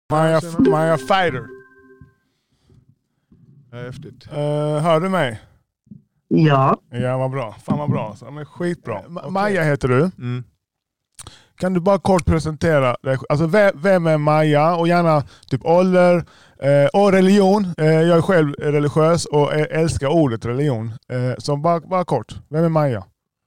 Maja Fighter. Häftigt. Hör du mig? Ja. Ja, vad bra. Fan vad bra. Så, men skitbra. Maja heter du. Mm. Kan du bara kort presentera dig? Alltså, vem är Maja? Och gärna typ ålder och religion. Jag är själv religiös och älskar ordet religion. Så bara kort. Vem är Maja?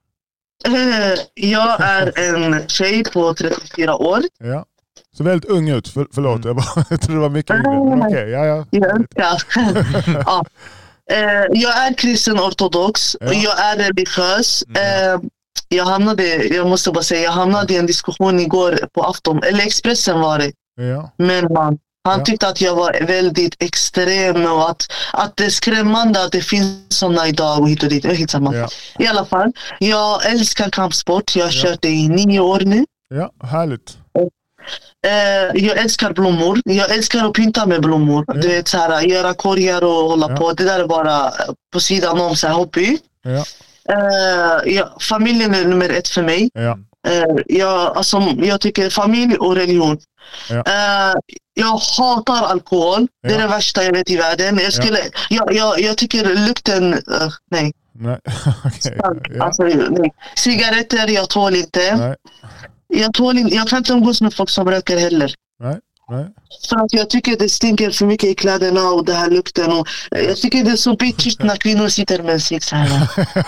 Jag är en tjej på 34 år. Ja. Så väldigt ung ut. Förlåt, jag tror det var mycket yngre. Men okej, ja. Jag önskar. Ja. Jag är kristen ortodox. Ja. Jag är religiös. Jag hamnade i en diskussion igår på Afton, eller Expressen var det. Ja. Men han tyckte att jag var väldigt extrem och att det är skrämmande att det finns sådana idag och hit och dit. Ja. I alla fall, jag älskar kampsport. Jag har kört det i 9 år nu. Ja, härligt. Jag älskar blommor. Jag älskar att pynta med blommor. Ja. Du vet, så här, göra korgar och hålla på. Det där är bara på sidan om så här, hobby. Ja. Familjen är nummer 1 för mig. Ja. Jag tycker familj och religion. Ja. Jag hatar alkohol. Ja. Det är det värsta jag vet i världen. Jag tycker lukten... nej. Nej. Okay. Ja. Alltså, nej. Cigaretter, jag tål inte. Nej. Jag kan inte umgås med folk som röker heller. Nej. För att jag tycker det stinker för mycket i kläderna och det här lukten. Och jag tycker det är så bitchigt när kvinnor sitter med sig så här.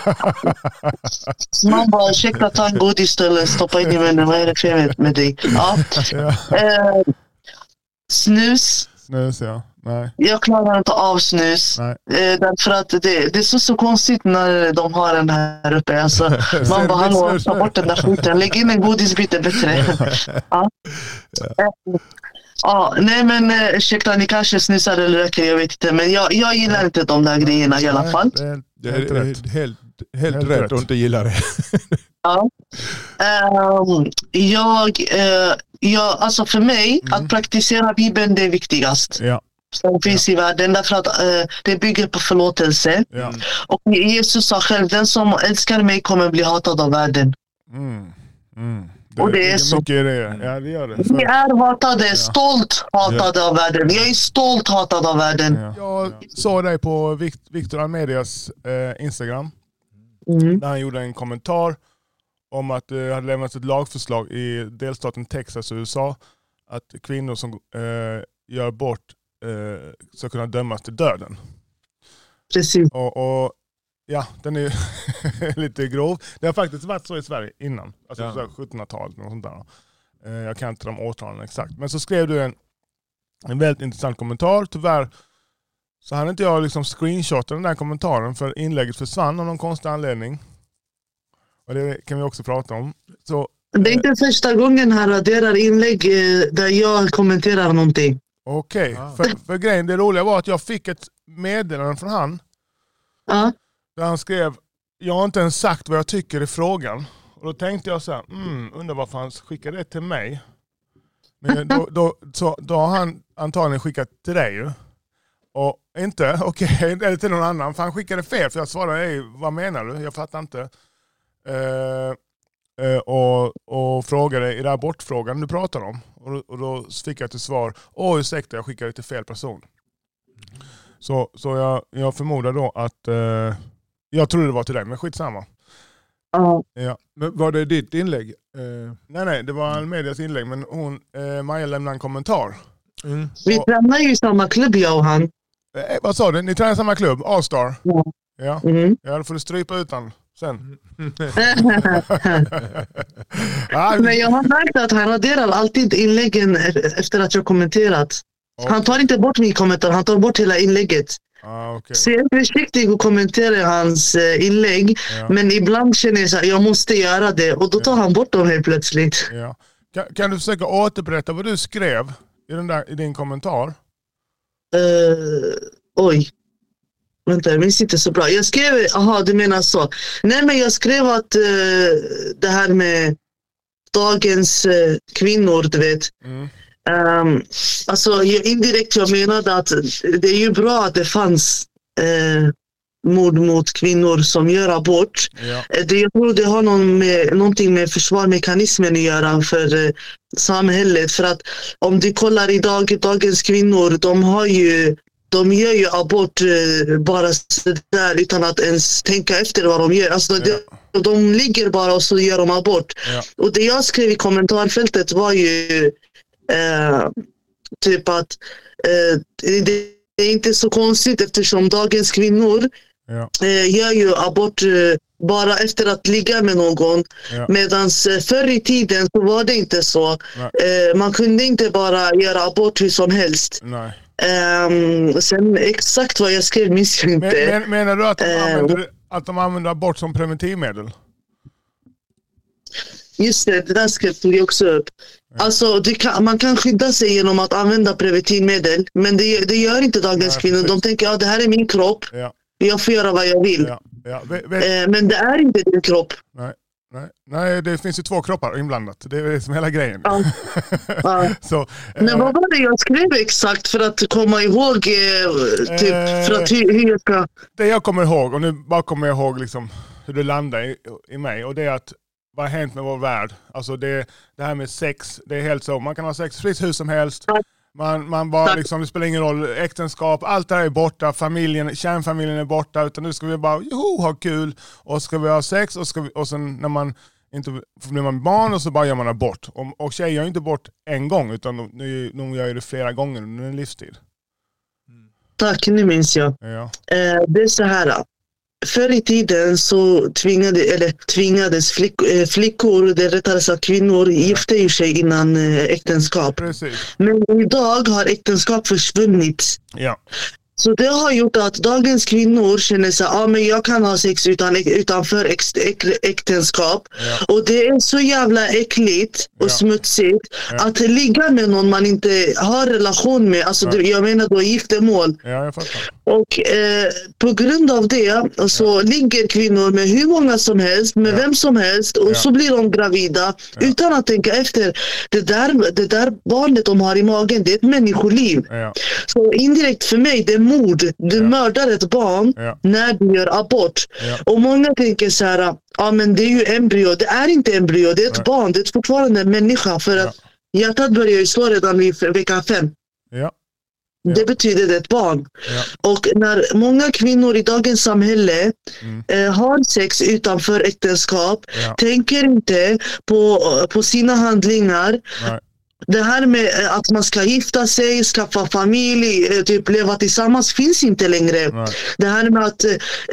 Man bara, ursäkta, ta en godis eller stoppa in i munnen. Vad är det fel med dig? Ja. Snus. Snus, ja. Nej. Jag klarar inte av snus. Därför att det är så konstigt när de har den här uppe. Alltså, man bara, hallå, ta bort den där skiten. Lägg in en godisbit är bättre. Nej men ursäkta, ni kanske snusar eller röker, jag vet inte. Men jag gillar inte de där grejerna i alla fall. Det är helt rätt att inte gilla det. Alltså för mig, att praktisera Bibeln, det är viktigast. Ja. Som finns i världen, därför att det bygger på förlåtelse. Ja. Och Jesus sa själv, den som älskar mig kommer bli hatad av världen. Det är så. Mycket det. Ja, det gör det. Vi är hatade, stolt hatade av världen. Jag är stolt hatad av världen. Ja. Jag såg dig på Victor Almedias Instagram. Där han gjorde en kommentar om att det hade lämnats ett lagförslag i delstaten Texas, USA, att kvinnor som gör bort ska kunna dömas till döden. Precis. Och ja, den är lite grov. Det har faktiskt varit så i Sverige innan. Alltså 1700-talet och sånt där. Jag kan inte de årtalen exakt. Men så skrev du en väldigt intressant kommentar. Tyvärr så hann inte jag liksom screenshotta den där kommentaren, för inlägget försvann av någon konstig anledning. Och det kan vi också prata om. Så, det är inte första gången han raderar inlägg där jag kommenterar någonting. Okej. För grejen, det roliga var att jag fick ett meddelande från han. Där han skrev, jag har inte ens sagt vad jag tycker i frågan. Och då tänkte jag så här, undrar varför han skickade det till mig. Men då har han antagligen skickat till dig ju. Och inte, eller till någon annan. För han skickade fel, för jag svarade, vad menar du? Jag fattar inte. Och frågade, är det här bortfrågan du pratar om? Och då fick jag till svar, ursäkta, jag skickade till fel person. Så jag förmodar då att jag trodde det var till dig, men skitsamma. Ja. Men var det ditt inlägg? Nej, det var Almedias inlägg, men Maja lämnade en kommentar. Vi tränar ju i samma klubb, jag och han. Vad sa du? Ni tränar i samma klubb? All-Star? Ja. Ja, då får du strypa utan sen. Men jag har märkt att han raderar alltid inläggen efter att jag kommenterat. Han tar inte bort min kommentar, han tar bort hela inlägget. Så jag är försiktig att kommentera hans inlägg. Men ibland känner jag att jag måste göra det. Och då tar han bort dem helt plötsligt. Ja. Kan du försöka återberätta vad du skrev i din kommentar? Oj. Vänta, jag minns inte så bra. Jag skrev, du menar så. Nej, men jag skrev att det här med dagens kvinnor, du vet. Alltså indirekt jag menade att det är ju bra att det fanns mord mot kvinnor som gör abort. Jag tror det har någonting med försvarsmekanismen att göra för samhället. För att om du kollar dagens kvinnor, de gör ju abort bara där utan att ens tänka efter vad de gör. Alltså de ligger bara och så gör de abort. Och det jag skrev i kommentarfältet var ju typ att det är inte så konstigt eftersom dagens kvinnor gör ju abort bara efter att ligga med någon. Medan förr i tiden så var det inte så. Man kunde inte bara göra abort hur som helst. Nej. Sen exakt vad jag skrev minns jag inte. Menar du att de använder abort som preventivmedel? Just det där tog jag också upp. Alltså man kan skydda sig genom att använda preventivmedel, men det gör inte dagens kvinnor. De tänker det här är min kropp, jag får göra vad jag vill. Men det är inte din kropp. Nej, det finns ju 2 kroppar inblandat. Det är som hela grejen. Så, men vad var det jag skrev exakt för att komma ihåg typ, för att hur jag ska... Det jag kommer ihåg, och nu bara kommer jag ihåg liksom hur det landar i mig, och det är att vad har hänt med vår värld? Alltså det här med sex, det är helt så. Man kan ha sex fritt hur som helst. Man bara liksom, det spelar ingen roll. Äktenskap, allt det här är borta. Kärnfamiljen är borta. Utan nu ska vi bara ha kul. Och ska vi ha sex. Och sen när man inte blir man barn och så bara gör man abort. Och tjejer gör inte bort en gång. Utan de gör det flera gånger under en livstid. Tack, nu minns jag. Det är så här. Förr i tiden så tvingades flickor, det rättare sagt kvinnor, gifte sig innan äktenskap. Precis. Men idag har äktenskap försvunnit. Så det har gjort att dagens kvinnor känner sig men jag kan ha sex utanför äktenskap. Och det är så jävla äckligt och smutsigt att ligga med någon man inte har relation med. Alltså jag menar då giftermål. Jag fattar. Och på grund av det så ligger kvinnor med hur många som helst, med vem som helst, och så blir de gravida utan att tänka efter. Det där barnet de har i magen, det är ett människoliv. Så indirekt för mig, det är mord. Du mördar ett barn när du gör abort. Och många tänker så här, men det är ju embryo. Det är inte embryo, det är ett barn. Det är fortfarande en människa, för att hjärtat börjar ju slå redan vid vecka 5. Det betyder det ett barn. Och när många kvinnor i dagens samhälle har sex utanför äktenskap, tänker inte på sina handlingar. Det här med att man ska gifta sig, skaffa familj, typ leva tillsammans finns inte längre. Det här med att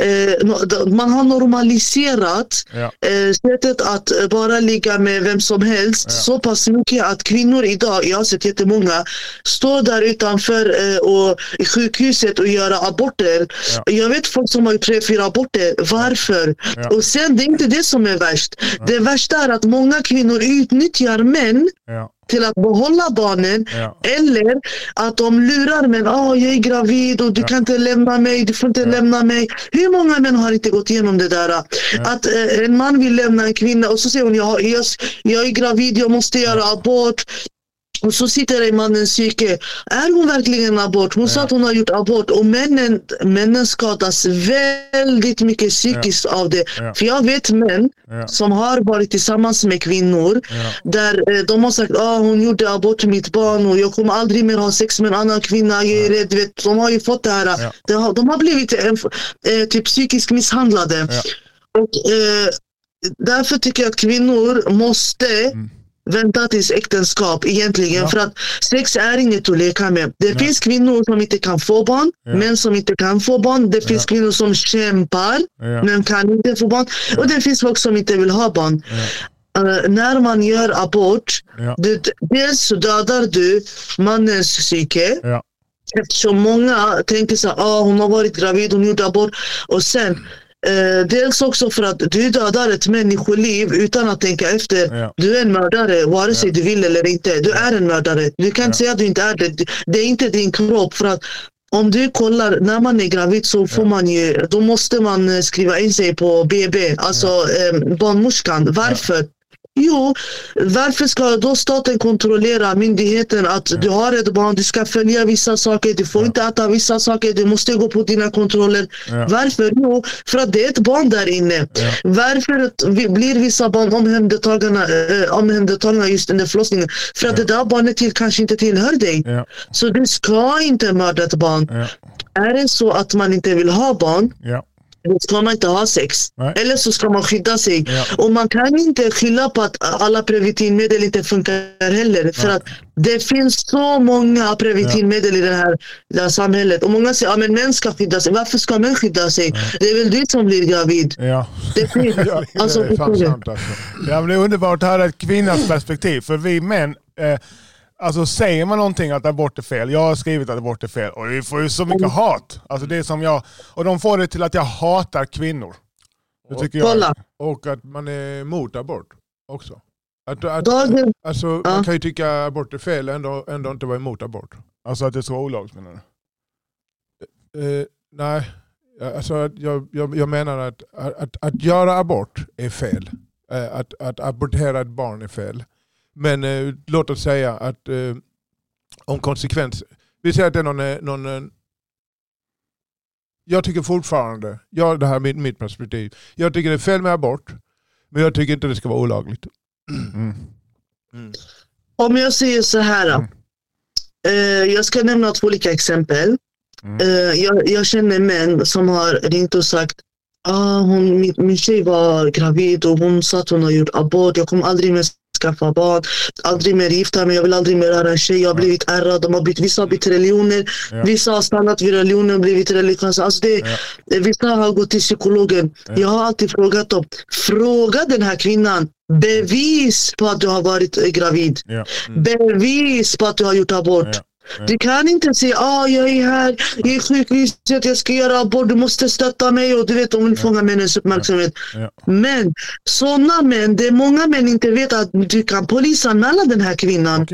man har normaliserat sättet att bara ligga med vem som helst så pass mycket att kvinnor idag, jag har sett jättemånga, står där utanför och i sjukhuset och gör aborter. Jag vet folk som har 3-4 aborter. Varför? Och sen, det är inte det som är värst. Det värsta är att många kvinnor utnyttjar män till att behålla barnen, eller att de lurar män, jag är gravid och du kan inte lämna mig, du får inte lämna mig. Hur många män har inte gått igenom det där? Att en man vill lämna en kvinna och så säger hon, jag är gravid, jag måste göra abort. Och så sitter det i mannens psyke. Är hon verkligen abort? Hon sa att hon har gjort abort. Och männen skadas väldigt mycket psykiskt av det. För jag vet män som har varit tillsammans med kvinnor där de har sagt hon gjorde abort till mitt barn och jag kommer aldrig mer ha sex med en annan kvinna. Jag är rädd. Vet, de har ju fått det här. De har blivit typ psykiskt misshandlade. Och därför tycker jag att kvinnor måste vänta tills äktenskap egentligen, för att sex är inget att leka med. Det finns kvinnor som inte kan få barn, män som inte kan få barn. Det finns kvinnor som kämpar men kan inte få barn. Och det finns folk som inte vill ha barn. När man gör abort, dels dödar du mannens psyke. Eftersom många tänker så hon har varit gravid, hon gjorde abort. Och sen dels också för att du dödar ett människoliv utan att tänka efter. Du är en mördare, vare sig du vill eller inte. Du är en mördare. Du kan inte säga att du inte är det. Det är inte din kropp. För att om du kollar, när man är gravid så får man ju, då måste man skriva in sig på BB, alltså barnmorskan. Varför? Jo, varför ska då staten kontrollera myndigheten att du har ett barn, du ska följa vissa saker, du får inte äta vissa saker, du måste gå på dina kontroller. Varför? Jo, för att det är ett barn där inne. Varför blir vissa barn omhändertagna just under förlossningen? För att det där barnet kanske inte tillhör dig. Så du ska inte mörda ett barn. Är det så att man inte vill ha barn, då ska man inte ha sex. Eller så ska man skydda sig. Och man kan inte skylla på att alla preventivmedel inte funkar heller. För att det finns så många preventivmedel i det här samhället. Och många säger, men män ska skydda sig. Varför ska män skydda sig? Det är väl du som blir gravid. Det finns. Det är underbart att höra ett kvinnans perspektiv. För vi män... Alltså säger man någonting att abort är fel. Jag har skrivit att abort är fel. Och vi får ju så mycket hat. Alltså det är som jag... Och de får det till att jag hatar kvinnor. Det tycker jag. Och att man är emot abort också. Man kan ju tycka att abort är fel ändå inte vara emot abort. Alltså att det är så olagligt, menar du? Nej. Alltså jag menar att göra abort är fel. Att abortera ett barn är fel. Men låt oss säga att om konsekvens... Vi säger att det är någon jag tycker fortfarande, det här är mitt perspektiv. Jag tycker det är fel med abort, men jag tycker inte det ska vara olagligt. Om jag säger så här, jag ska nämna 2 olika exempel. Jag känner män som har ringt och sagt min tjej var gravid och hon sa att hon har gjort abort. Jag kommer aldrig mer skaffa barn, aldrig mer gifta mig, jag vill aldrig mer höra en tjej. Jag har blivit ärrad, vissa har bytt religioner, vissa har stannat vid religionen och blivit religiösa. Alltså vissa har gått till psykologen. Jag har alltid frågat dem, fråga den här kvinnan bevis på att du har varit gravid, bevis på att du har gjort abort. Du kan inte säga, jag är här, jag är sjukhuset, jag ska göra abort, du måste stötta mig, och du vet, om du fångar männens uppmärksamhet. Men sådana män, det är många män inte vet att du kan polisanmäla den här kvinnan.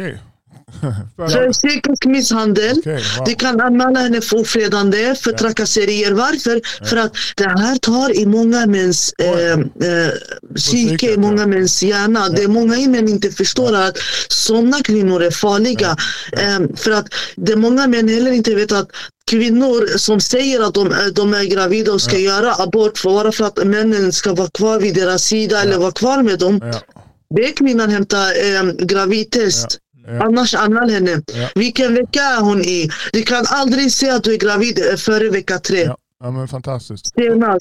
För psykisk misshandel. Du kan anmäla henne för ofredande, för trakasserier. Varför? För att det här tar i många mäns psyke, i många mäns hjärna. Det är många män inte förstår att sådana kvinnor är farliga. För att det många män heller inte vet att kvinnor som säger att de är gravida och ska göra abort bara för att männen ska vara kvar vid deras sida eller vara kvar med dem. Det kvinnan hämtar gravidtest. Annars anmäl henne. Vilken vecka är hon i? Du kan aldrig säga att du är gravid före vecka 3. Ja, men fantastiskt.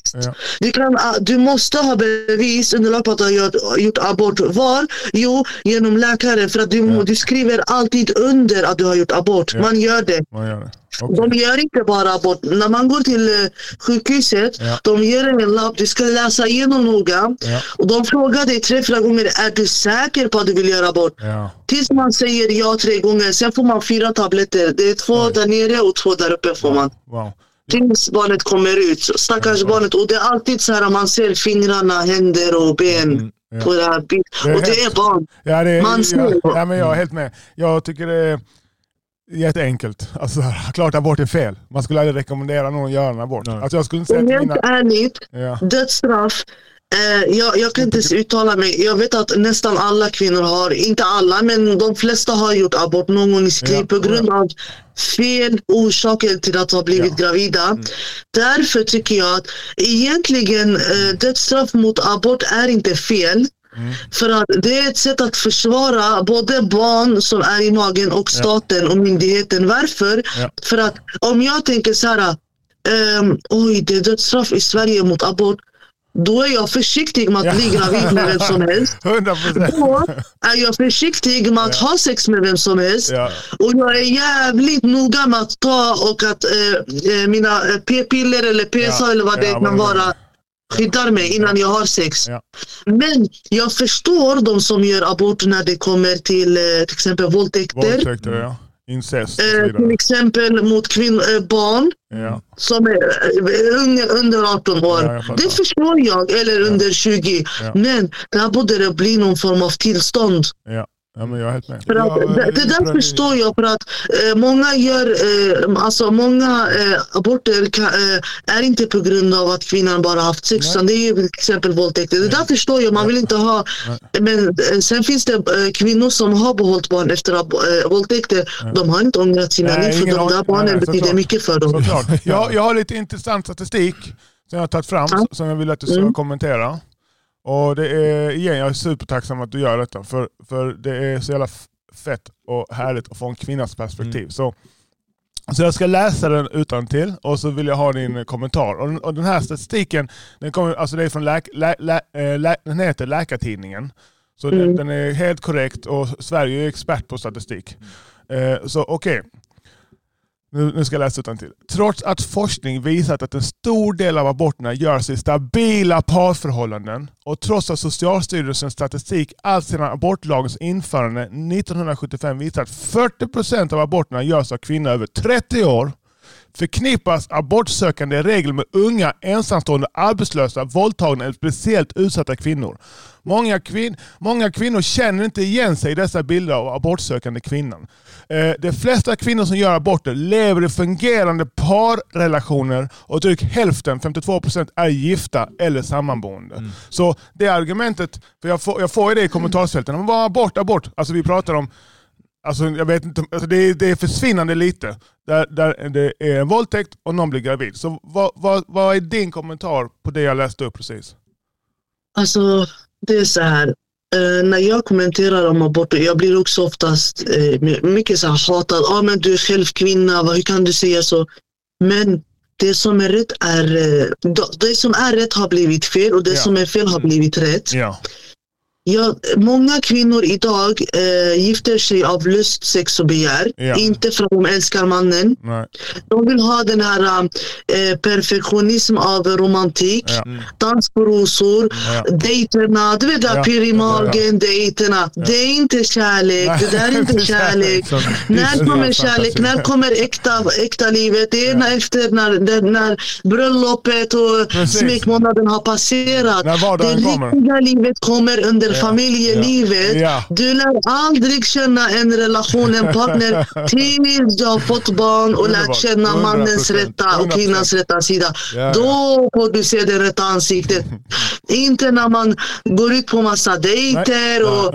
Du måste ha bevis underlag på att du har gjort abort. Var? Jo, genom läkare. För att du skriver alltid under att du har gjort abort. Man gör det. De gör inte bara abort. När man går till sjukhuset, de ger en lapp, du ska läsa igenom noga. Och de frågar dig 3-4 gånger, är du säker på att du vill göra abort? Tills man säger ja 3 gånger, sen får man 4 tabletter. Det är 2 där nere och 2 där uppe får man. Tills barnet kommer ut, stackars barnet. Och det är alltid så här, man ser fingrarna, händer och ben på det här. Och det är barn. Men jag är helt med. Jag tycker det är jätteenkelt. Alltså, klart abort är fel. Man skulle aldrig rekommendera någon att göra en abort. Alltså, jag skulle inte säga helt ärligt, dödsstraff. Jag kan inte uttala mig. Jag vet att nästan alla kvinnor har, inte alla, men de flesta har gjort abort någon gång i sitt liv på grund av fel orsaker till att ha blivit gravida. Därför tycker jag att egentligen dödsstraff mot abort är inte fel. För att det är ett sätt att försvara både barn som är i magen och staten och myndigheten. Varför? För att om jag tänker så här, det är dödsstraff i Sverige mot abort, då är jag försiktig med att bli gravid med vem som helst. 100%. Då är jag försiktig med att ha sex med vem som helst. Och jag är jävligt noga med att ta och att mina p-piller eller PSA eller vad det kan vara skyddar mig innan jag har sex. Men jag förstår de som gör abort när det kommer till exempel våldtäkter. Incest till exempel mot barn som är under 18 år. Det förstår jag, eller under 20. Men där borde det bli någon form av tillstånd. Ja, men jag är helt med. För att, det där förstår jag, för att många gör, många aborter är inte på grund av att kvinnan bara haft sex, utan det är ju till exempel våldtäkter. Det där förstår jag, man vill inte ha, men sen finns det kvinnor som har behållit barn efter våldtäkter, de har inte ångrat sina liv, för de där barnen betyder mycket för dem. Jag har lite intressant statistik som jag har tagit fram, som jag vill att du ska kommentera. Och det är, igen, jag är supertacksam att du gör detta, för det är så jävla fett och härligt att få en kvinnas perspektiv. Så jag ska läsa den utantill och så vill jag ha din kommentar. Och den här statistiken, den kommer, alltså det är från den heter Läkartidningen. Så den är helt korrekt, och Sverige är expert på statistik. Så okej. Nu ska jag läsa utantill. Trots att forskning visat att en stor del av aborterna görs i stabila parförhållanden, och trots att Socialstyrelsens statistik alltsedan abortlagens införande 1975 visar att 40% av aborterna görs av kvinnor över 30 år, förknippas abortsökande i regel med unga, ensamstående, arbetslösa, våldtagna eller speciellt utsatta kvinnor. Många kvinnor känner inte igen sig i dessa bilder av abortsökande kvinnan. De flesta kvinnor som gör aborter lever i fungerande parrelationer, och drygt hälften, 52%, är gifta eller sammanboende. Så det argumentet, för jag får ju det i kommentarsfälten, men vad abort? Alltså vi pratar om, alltså jag vet inte, alltså det är försvinnande lite där det är en våldtäkt och någon blir gravid. Så vad är din kommentar på det jag läste upp precis? Alltså det är så här, när jag kommenterar om abort, jag blir också oftast mycket så här hatad. Men du är själv kvinna, hur kan du säga så? Men det som är rätt det som är rätt har blivit fel, och det som är fel har blivit rätt. Ja. Ja, många kvinnor idag gifter sig av lust, sex och begär. Inte för att de älskar mannen. Nej. De vill ha den här perfektionism av romantik. Dans på rosor. Dejterna, du vet där, pirr i magen, dejterna. Det är inte kärlek. Det där är inte kärlek. När kommer kärlek? När kommer äkta livet? Det är efter när bröllopet och smekmånaden har passerat. Det riktiga livet kommer under familjelivet. Du lär aldrig känna en relation, en partner, tills du har fått barn och lärt känna mannens rätta och kvinnans rätta sida. Då får du se det rätta ansiktet. Inte när man går ut på massa dejter och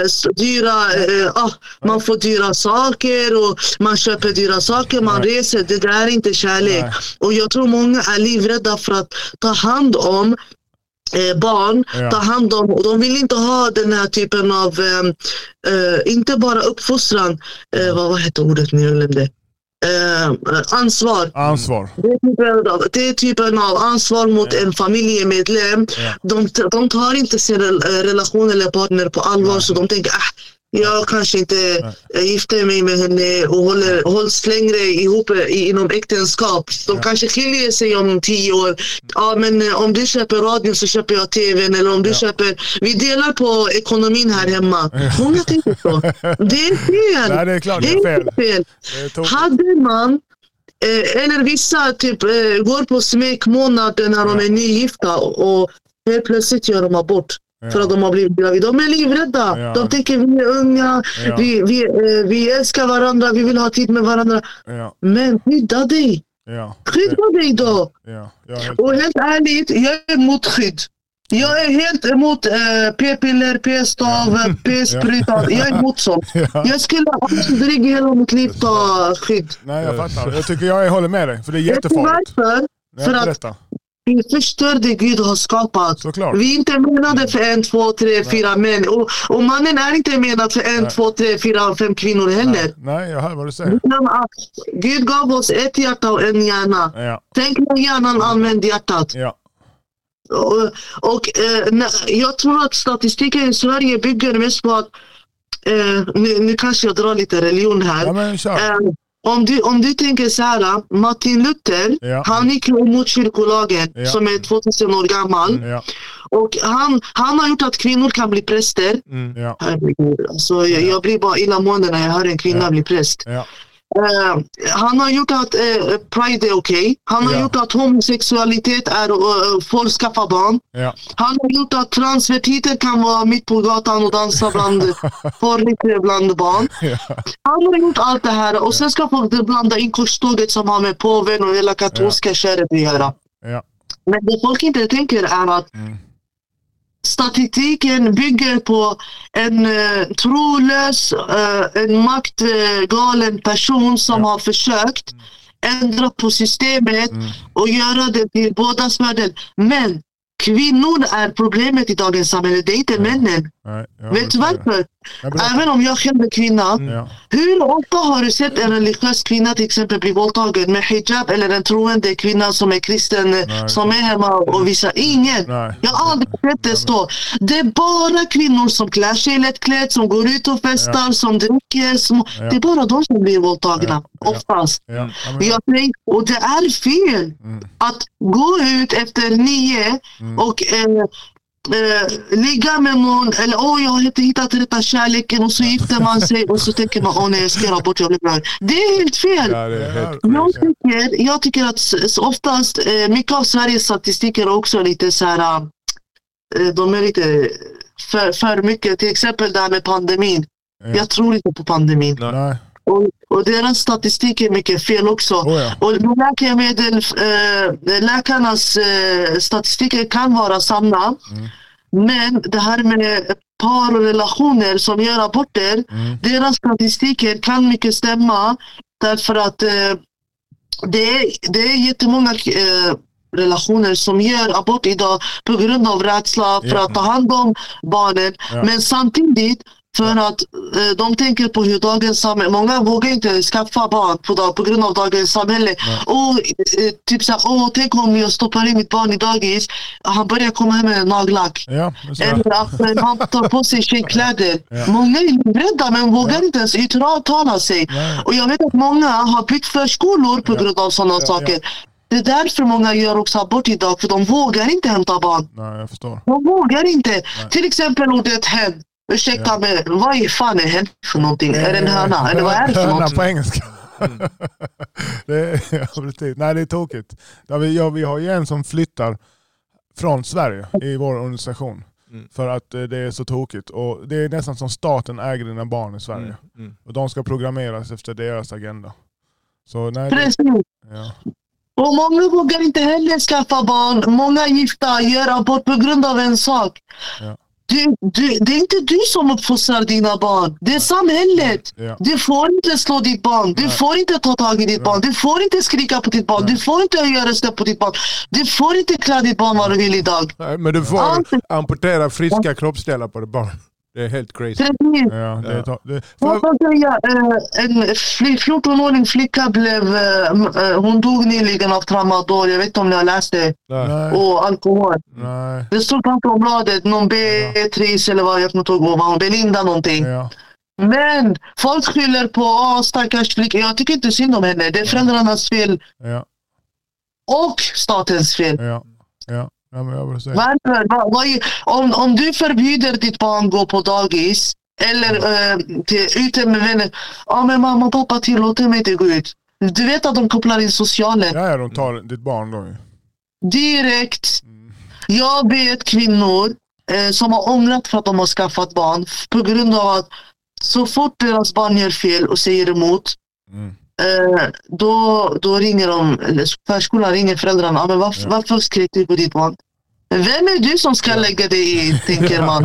man får dyra saker och man köper dyra saker, man reser. Det där är inte kärlek. Och jag tror många är livrädda för att ta hand om barn, ta hand om, och de vill inte ha den här typen av inte bara uppfostran, vad heter ordet nu, jag glömde. Ansvar. Det är typen av ansvar mot en familjemedlem. De tar inte sin relation eller partner på allvar, så de tänker jag kanske inte gifter mig med henne och hålls längre ihop inom äktenskap. De kanske skiljer sig om 10 år. Men om du köper radio så köper jag tvn, eller om du köper... Vi delar på ekonomin här hemma. Många tänker så. Det är fel. Nej, det är klart, det är fel. Hade man eller vissa typ går på smekmånaden när de är nygifta och helt plötsligt gör de abort. För att de har blivit gravida. De är livrädda. De tänker vi är unga, vi älskar varandra, vi vill ha tid med varandra. Men skydda dig. Skydda dig då. Och helt ärligt, jag är emot skydd. Jag är helt emot p-piller, p-stav, p-spruta. Jag är emot sånt. Jag skulle aldrig i hela mitt liv ta skydd. Nej, jag fattar. Jag håller med dig, för det är jättefarligt. För att vi förstör det Gud har skapat. Såklart. Vi är inte menade för 1, 2, 3, 4 män. Och mannen är inte menad för 1, 2, 3, 4, 5 kvinnor heller. Nej, jag hör vad du säger. Gud gav oss ett hjärta och en hjärna. Tänk när hjärnan använder hjärtat. Och jag tror att statistiken i Sverige bygger mest på att nu kanske jag drar lite religion här. Om du tänker så här, Martin Luther, han gick emot kyrkolagen som är 2000 år gammal. Och han har gjort att kvinnor kan bli präster. Herregud, alltså, jag blir bara illamående när jag hör en kvinna bli präst. Han har gjort att Pride är okej. Han har gjort att homosexualitet är folk skaffa barn. Ja. Han har gjort att transvestiter kan vara mitt på gatan och dansa bland barn. Ja. Han har gjort allt det här och sen ska folk blanda in korståget som har med påven och hela katolska köret att göra. Ja. Men det folk inte tänker är att statistiken bygger på en trolös, en maktgalen person som har försökt ändra på systemet och göra det till bådas fördel. Men kvinnor är problemet i dagens samhälle, det är inte männen. Vet du varför? Även om jag själv är kvinna. Hur ofta har du sett en religiös kvinna till exempel bli våldtagen med hijab, eller en troende kvinna som är kristen som är hemma och visar? Ingen. Jag har aldrig sett det stå. Det är bara kvinnor som klär sig lättklätt, som går ut och festar, som dricker. Det är bara de som blir våldtagna. Oftast. Och det är fel att gå ut efter 9 och ligga med någon, eller jag har inte hittat rätta kärleken, och så gifter man sig och så tänker man nej, jag ska göra bort, jag blir bra. Det är helt fel. Jag tycker att oftast mycket av Sveriges statistiker är också lite så här, de är lite för mycket, till exempel det här med pandemin. Jag tror inte på pandemin. Och deras statistik är mycket fel också. Och läkemedel, läkarnas statistiker kan vara sanna. Men det här med par och relationer som gör aborter, deras statistiker kan mycket stämma. Därför att det är jättemånga relationer som gör abort idag på grund av rädsla för att ta hand om barnen. Men samtidigt för att de tänker på hur dagens samhälle, många vågar inte skaffa barn på grund av dagens samhälle. Och typ såhär, tänk om jag stoppar in mitt barn i dagis, han börjar komma hem med nagellack. Eller att han tar på sig tjejkläder. Många är rädda men vågar inte ens uttala sig. Och jag vet att många har bytt förskolor på grund av sådana saker. Det är därför många gör också abort idag, för de vågar inte hämta barn. Nej, jag förstår. De vågar inte. Till exempel ordet hem. Ursäkta mig, vad är fan är hen för någonting? Är det en höna? Eller vad är det för någonting? På engelska. Nej, det är tokigt. Vi har ju en som flyttar från Sverige i vår organisation. För att det är så tokigt. Och det är nästan som staten äger dina barn i Sverige. Och de ska programmeras efter deras agenda. Så nej, precis. Och många vågar inte heller skaffa barn. Många gifta gör abort på grund av en sak. Det är inte du som uppfostrar dina barn. Det är samhället. Du får inte slå ditt barn. Du får inte ta tag i ditt barn. Du får inte skrika på ditt barn. Du får inte göra röster på ditt barn. Du får inte klä ditt barn vad du vill idag. Nej, men du får amputera friska kroppsdelar på ditt barn. Det är helt crazy. En 14-åring flicka hon dog nyligen av tramadol. Jag vet inte om ni har läst det. Och alkohol. Det stod på området någon Beatrice eller vad jag inte ihåg, Belinda någonting. Men folk skyller på stackars flicka. Jag tycker inte synd om henne. Det är föräldrarnas fel. Och statens fel. Varför? Om du förbjuder ditt barn gå på dagis eller ute med vänner, men mamma och pappa tillåter mig inte gå ut. Du vet att de kopplar in socialen. De tar ditt barn då. Direkt. Jag vet kvinnor som har ångrat för att de har skaffat barn på grund av att så fort deras barn gör fel och säger emot, då ringer de, förskolan ringer föräldrarna. Men varför skrek du på ditt barn? Vem är du som ska lägga dig i, tänker man.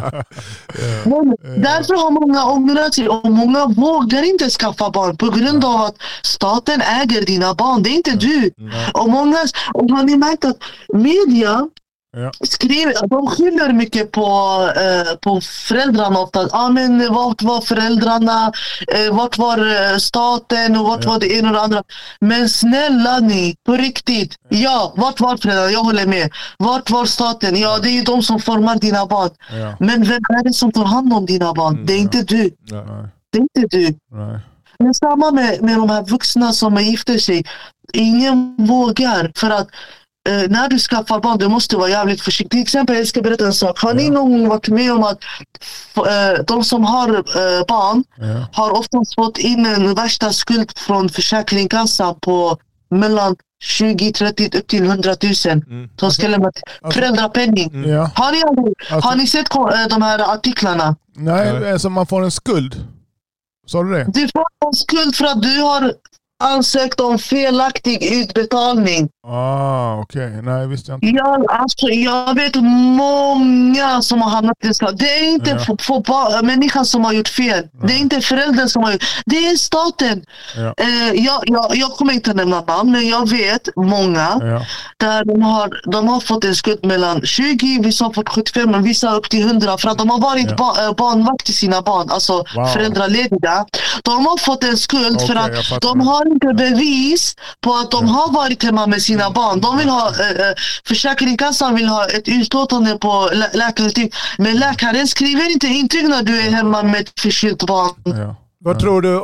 Därför har många ångrat sig och många vågar inte skaffa barn på grund av att staten äger dina barn. Det är inte du. Och har ni märkt att media de skyller mycket på föräldrarna ofta. Men vart var föräldrarna? Vart var staten? Och vart var det ena och det andra? Men snälla ni, på riktigt. Vart var föräldrarna? Jag håller med. Vart var staten? Det är ju de som formar dina barn. Men vem är det som tar hand om dina barn? Det är inte du. Det är inte du. Men samma med de här vuxna som gifter sig. Ingen vågar, för att när du skaffar barn, du måste vara jävligt försiktig. Till exempel, jag ska berätta en sak. Har ni någon gång varit med om att de som har barn har oftast fått in en värsta skuld från Försäkringskassan på mellan 20-30 upp till 100 000 som ska lämna föräldrapenning. Har ni sett de här artiklarna? Nej, alltså man får en skuld. Sa du det? Du får en skuld för att du har ansökt om felaktig utbetalning. Okej. Nej, visste jag inte. Jag vet många som har hamnat i det. Det är inte människan som har gjort fel. Det är inte föräldern som har gjort. Det är staten. Jag kommer inte nämna namn, men jag vet många där de har fått en skuld mellan 20, vissa har fått 75 och vissa upp till 100 för att de har varit barnvakt till sina barn, alltså föräldralediga. De har fått en skuld för att de har inte bevis på att de har varit hemma med sina barn. De vill ha, Försäkringskassan vill ha ett utlåtande på läkarintyg. Men läkaren skriver inte intyg när du är hemma med ett förkylt barn. Vad tror du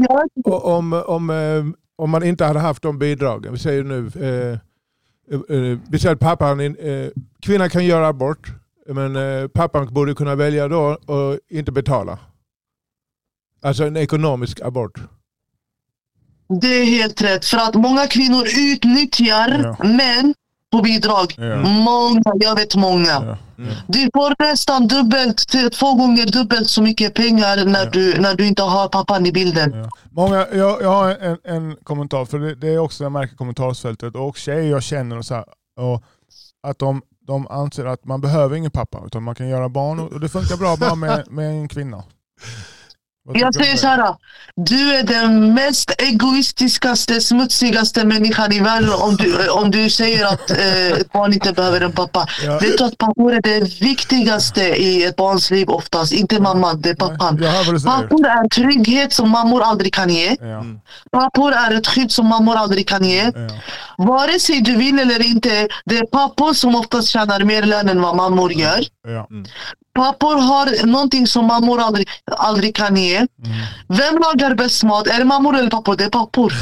om man inte hade haft de bidragen? Vi säger nu, vi säger att pappan, kvinnan kan göra abort, men pappan borde kunna välja då och inte betala. Alltså en ekonomisk abort. Det är helt rätt. För att många kvinnor utnyttjar män på bidrag. Jag vet många. Du får nästan 2 gånger dubbelt så mycket pengar när du inte har pappan i bilden. Många, jag har en kommentar, för det är också, jag märker kommentarsfältet och tjejer jag känner och så här, och att de anser att man behöver ingen pappa utan man kan göra barn och det funkar bra bara med en kvinna. Jag säger så här, du är den mest egoistiskaste, smutsigaste människan i världen om du säger att ett barn inte behöver en pappa. Vet du att pappor är det viktigaste i ett barns liv oftast, inte mamman, det är pappan. Pappor är trygghet som mammor aldrig kan ge. Pappor är ett skydd som mammor aldrig kan ge. Vare sig du vill eller inte, det är pappor som oftast tjänar mer lön än vad mammor gör. Pappor har någonting som mammor aldrig kan ge. Vem lagar bäst mat? Är det mammor eller pappor? Det är pappor.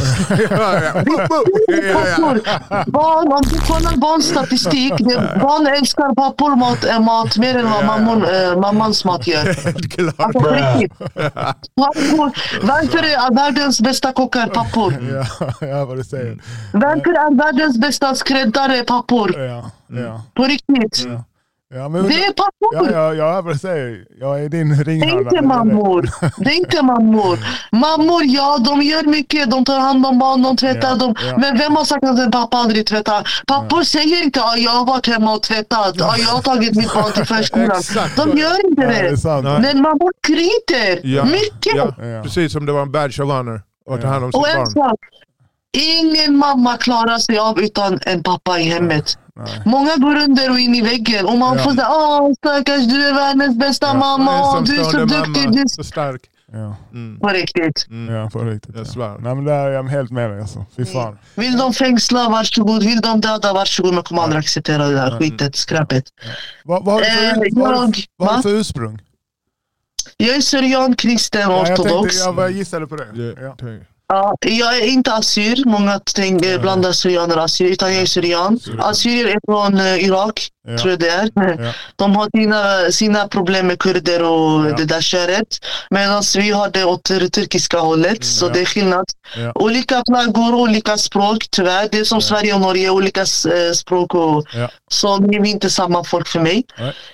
Barn, om du kollar barnstatistik, barn älskar pappor mat mer än vad mammans mat gör. Alltså, pappor. Varför är världens bästa kockar pappor? Ja, vad du säger. Varför är världens bästa skräddare pappor? På riktigt. Ja, men det är pappor. Jag vill säga, jag är din ringhörna. Det är inte mammor. Det är inte mammor. Mammor, de gör mycket. De tar hand om barn, de tvättar dem. Men vem har sagt att en pappa aldrig tvättar? Pappor säger inte att jag har varit hemma och tvättat. Jag har tagit mitt barn till förskolan. De gör inte det. Men mammor skryter. Mycket. Precis som det var en badge of honor att ta hand om sitt barn. Ingen mamma klarar sig av utan en pappa i hemmet. Många går under och in i väggen och man får säga, stackars, du är världens bästa mamma, du är så duktig, du är så stark. På riktigt. Ja, på riktigt. Jag svär. Nej, men där är jag helt med dig alltså. Fy fan. Vill de fängsla, varsågod. Vill de döda, varsågod. Man kommer aldrig acceptera det där skitet, skräpet. Vad har du för ursprung? Jag är syrian, kristen, ortodox. Jag gissade på det. Jag är inte assyr. Många blandar syrianer och assyr, utan jag är syrian. Assyrier är från Irak, tror jag det är. De har sina problem med kurder och det där köret. Medan vi har det åt det turkiska hållet, så det är skillnad. Olika flaggor, olika språk, tyvärr. Det är som Sverige och Norge, olika språk. Så vi är inte samma folk för mig.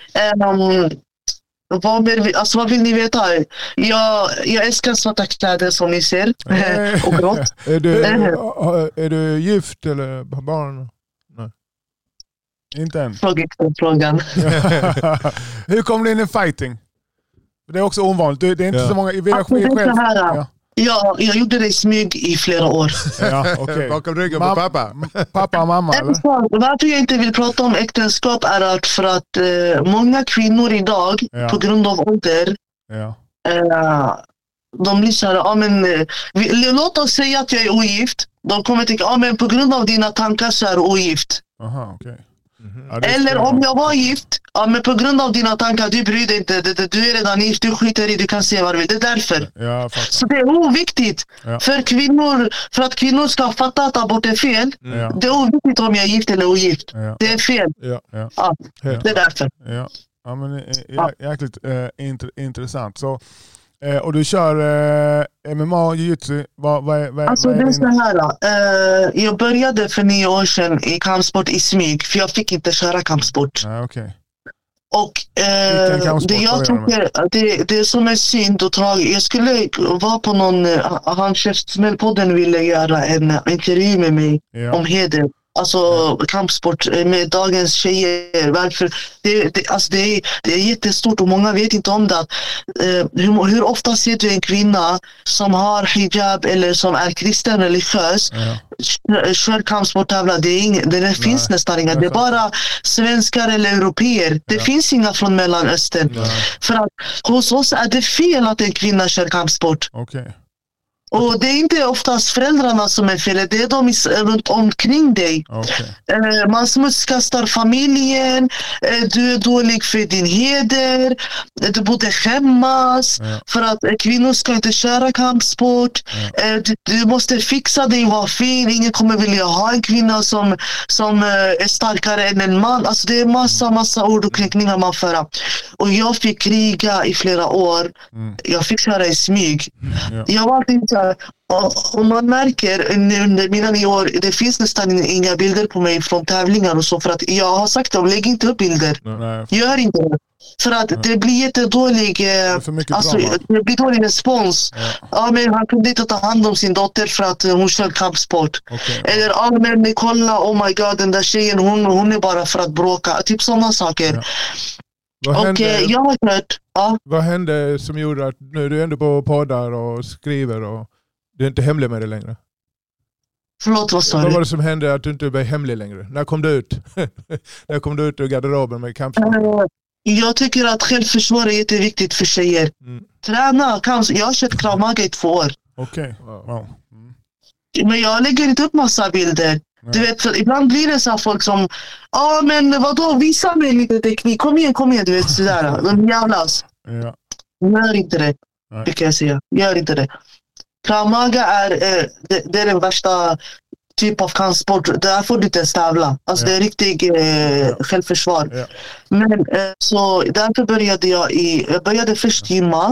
Vad vill ni veta? Jag älskar svarta kläder som ni ser. Och grått. Är du gift eller har barn? Nej. Inte än. Frågan. Hur kom du in i fighting? Det är också ovanligt. Det är inte så många. Jag gjorde det i smyg i flera år. Bakom ryggen på pappa. Pappa och mamma, eller? Varför jag inte vill prata om äktenskap är att för att många kvinnor idag, på grund av ålder, de blir så här, låt oss säga att jag är ogift. De kommer tycka, men på grund av dina tankar så är du ogift. Aha, okej. Eller om jag var gift, Ja, men på grund av dina tankar, du bryr dig inte. Du är redan gift, du skiter i, du kan säga vad du vill. Det är därför. Ja, så det är oviktigt för kvinnor, för att kvinnor ska fatta att abort är fel. Det är oviktigt om jag är gift eller ogift. Det är fel. Ja, det är därför. Ja, men jäkligt intressant. Så, och du kör MMA, jiu-jitsu. Alltså det är så här. Jag började för 9 år sedan i kampsport i smyg. För jag fick inte köra kampsport. Okay. Och det som är synd och tragiskt. Jag skulle vara på någon, han Käftsmällpodden ville göra en intervju med mig om heder. Alltså kampsport med dagens tjejer. Varför? Det är jättestort och många vet inte om det. Hur ofta ser du en kvinna som har hijab eller som är kristen religiös kör kampsport tävla? Det finns nästan inga. Det är bara svenskar eller europeer. Det finns inga från Mellanöstern. För att hos oss är det fel att en kvinna kör kampsport. Okej. Och det är inte oftast föräldrarna som är fel, det är de runt omkring dig. Man smutskastar familjen, du är dålig för din heder, du borde skämmas för att kvinnor ska inte köra kampsport. Du måste fixa dig, vara fin, ingen kommer vilja ha en kvinna som är starkare än en man. Alltså det är massa ord och kränkningar man för. Och jag fick kriga i flera år. Jag fick köra i smyg. Jag var alltid och man märker under mina 9 år, det finns nästan inga bilder på mig från tävlingar och så, för att jag har sagt att lägg inte upp bilder. Gör inte det. För att det blir jättedålig det blir dålig respons. Men han kunde inte ta hand om sin dotter för att hon kör kampsport. Eller men kolla, oh my god, den där tjejen hon är bara för att bråka. Typ sådana saker. Jag har hört. Vad hände som gjorde att nu är du ändå på poddar och skriver och du är inte hemlig med det längre? Förlåt, vad sa du? Vad var det som hände att du inte blev hemlig längre? När kom du ut? När kom du ut ur garderoben med kampsport? Jag tycker att självförsvar är jätteviktigt för tjejer. Träna, jag har kört Krav Maga i 2 år. Wow. Men jag lägger inte upp massa bilder. Du vet, ibland blir det så här folk som men vadå, visa mig lite teknik, kom igen, du vet sådär. De jävlas. Gör inte det, det kan jag säga. Gör inte det. Krav Maga det är den värsta typ av kampsport. Där får du inte tävla. Alltså det är riktigt självförsvar. Men så därför började jag började först gymma.